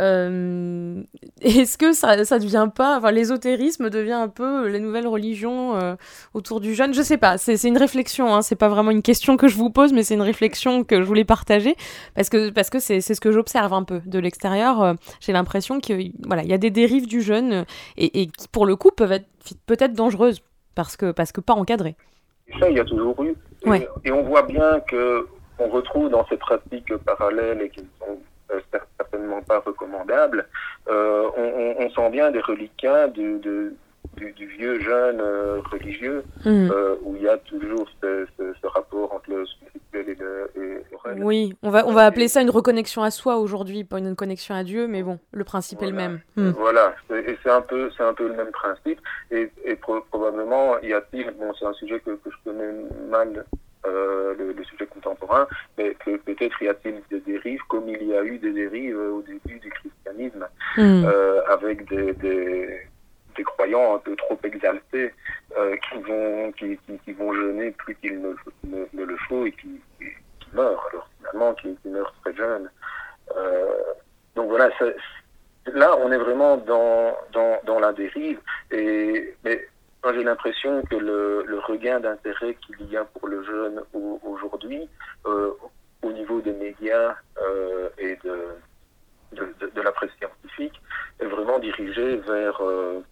Speaker 1: Euh, est-ce que ça, ça devient pas, enfin, l'ésotérisme devient un peu la nouvelle religion euh, autour du jeûne? Je sais pas, c'est, c'est une réflexion, hein, c'est pas vraiment une question que je vous pose, mais c'est une réflexion que je voulais partager parce que parce que c'est c'est ce que j'observe un peu de l'extérieur. Euh, j'ai l'impression que voilà, il y a des dérives du jeûne et, et qui pour le coup peuvent être peut-être dangereuses parce que parce que pas encadrées.
Speaker 3: Ça, il y a toujours eu, et,
Speaker 1: ouais.
Speaker 3: et on voit bien que on retrouve dans ces pratiques parallèles et qui sont Euh, certainement pas recommandable. Euh, on, on, on sent bien des reliquats de, de, du, du vieux jeûne euh, religieux mmh. euh, où il y a toujours ce, ce, ce rapport entre le spirituel et le, et le réel.
Speaker 1: Oui, on va, on va appeler ça une reconnexion à soi aujourd'hui, pas une connexion à Dieu, mais bon, le principe
Speaker 3: voilà.
Speaker 1: est le même.
Speaker 3: Mmh. Voilà, et c'est un peu, c'est un peu le même principe. Et, et pro- probablement, y a-t-il, bon, c'est un sujet que, que je connais mal, Euh, le, le sujet contemporain, mais que peut-être y a-t-il des dérives comme il y a eu des dérives euh, au début du christianisme, mmh. euh, avec des, des, des croyants un peu trop exaltés euh, qui vont qui, qui, qui vont jeûner plus qu'ils ne, ne, ne le faut et qui, qui, qui meurent alors finalement qui, qui meurent très jeunes. Euh, donc voilà, c'est, là on est vraiment dans dans dans la dérive et mais moi, j'ai l'impression que le, le regain d'intérêt qu'il y a pour le jeûne au, aujourd'hui, euh, au niveau des médias euh, et de, de, de, de la presse scientifique, est vraiment dirigé vers euh,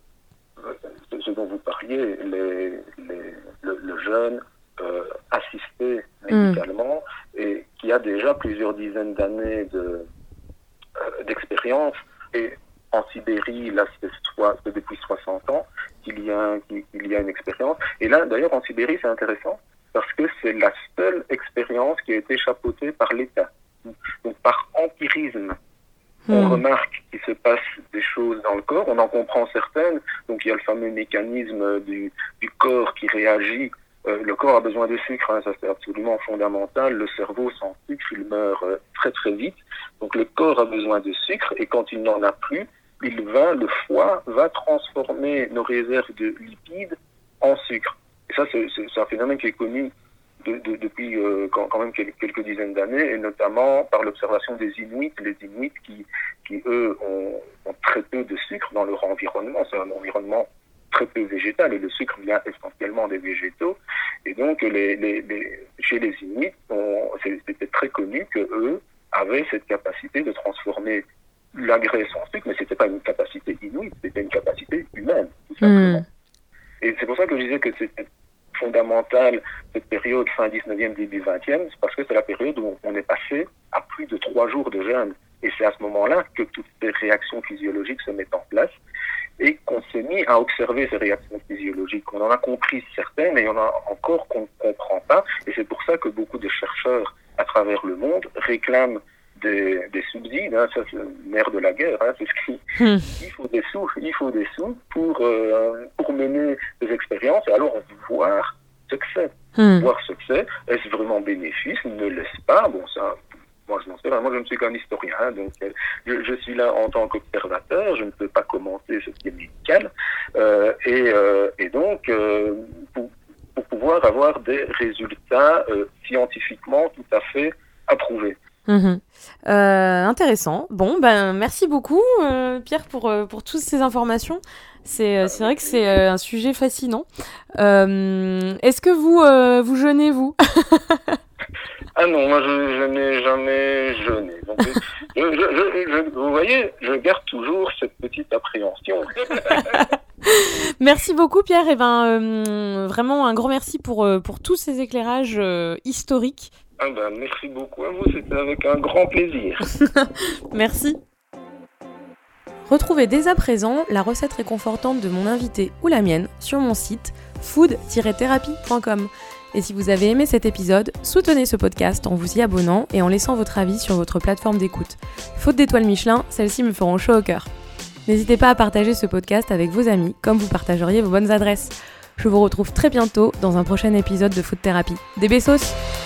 Speaker 3: ce dont vous parliez, les, les, le, le jeûne euh, assisté médicalement, mmh. et qui a déjà plusieurs dizaines d'années de, euh, d'expérience. Et en Sibérie, là, c'est, soit, c'est depuis soixante ans qu'il y a, qu'il y a une expérience. Et là, d'ailleurs, en Sibérie, c'est intéressant parce que c'est la seule expérience qui a été chapeautée par l'État. Donc, par empirisme, mmh. on remarque qu'il se passe des choses dans le corps, on en comprend certaines. Donc, il y a le fameux mécanisme du, du corps qui réagit. Euh, le corps a besoin de sucre, hein, ça c'est absolument fondamental. Le cerveau sans sucre, il meurt euh, très très vite. Donc, le corps a besoin de sucre et quand il n'en a plus, il va, le foie va transformer nos réserves de lipides en sucre. Et ça, c'est, c'est, c'est un phénomène qui est connu de, de, depuis euh, quand, quand même quelques, quelques dizaines d'années, et notamment par l'observation des Inuits, les Inuits qui, qui eux, ont, ont très peu de sucre dans leur environnement. C'est un environnement très peu végétal, et le sucre vient essentiellement des végétaux. Et donc, les, les, les, chez les Inuits, on, c'était très connu que eux avaient cette capacité de transformer la graisse en sucre, mais c'était pas une capacité inuite, c'était une capacité humaine, tout simplement. Mmh. Et c'est pour ça que je disais que c'était fondamental, cette période fin dix-neuvième, début vingtième, c'est parce que c'est la période où on est passé à plus de trois jours de jeûne. Et c'est à ce moment-là que toutes ces réactions physiologiques se mettent en place et qu'on s'est mis à observer ces réactions physiologiques. On en a compris certaines et il y en a encore qu'on ne comprend pas. Et c'est pour ça que beaucoup de chercheurs à travers le monde réclament Des, des subsides, hein, ça c'est le nerf de la guerre, hein, c'est ce qui, mmh. il faut des sous, il faut des sous pour, euh, pour mener des expériences et alors voir ce que c'est, mmh. voir ce que c'est, est-ce vraiment bénéfice, ne laisse pas, bon ça, moi je n'en sais pas, moi je ne suis qu'un historien, hein, donc euh, je, je suis là en tant qu'observateur, je ne peux pas commenter ce qui est médical, euh, et, euh, et donc euh, pour, pour pouvoir avoir des résultats euh, scientifiquement tout à fait approuvés.
Speaker 1: Mmh. Euh, intéressant. Bon, ben merci beaucoup euh, Pierre pour euh, pour toutes ces informations. C'est c'est vrai que c'est euh, un sujet fascinant. Euh, est-ce que vous euh, vous jeûnez vous?
Speaker 3: Ah non, moi je, je n'ai jamais jeûné. Donc, je, je, je, je, vous voyez, je garde toujours cette petite appréhension.
Speaker 1: Merci beaucoup Pierre. Et ben euh, vraiment un grand merci pour euh, pour tous ces éclairages euh, historiques.
Speaker 3: Ah ben, merci beaucoup à vous, c'était avec un grand plaisir.
Speaker 1: Merci. Retrouvez dès à présent la recette réconfortante de mon invité ou la mienne sur mon site food tiret thérapie point com. Et si vous avez aimé cet épisode, soutenez ce podcast en vous y abonnant et en laissant votre avis sur votre plateforme d'écoute. Faute d'étoiles Michelin, celles-ci me feront chaud au cœur. N'hésitez pas à partager ce podcast avec vos amis, comme vous partageriez vos bonnes adresses. Je vous retrouve très bientôt dans un prochain épisode de Food Thérapie. Des besos!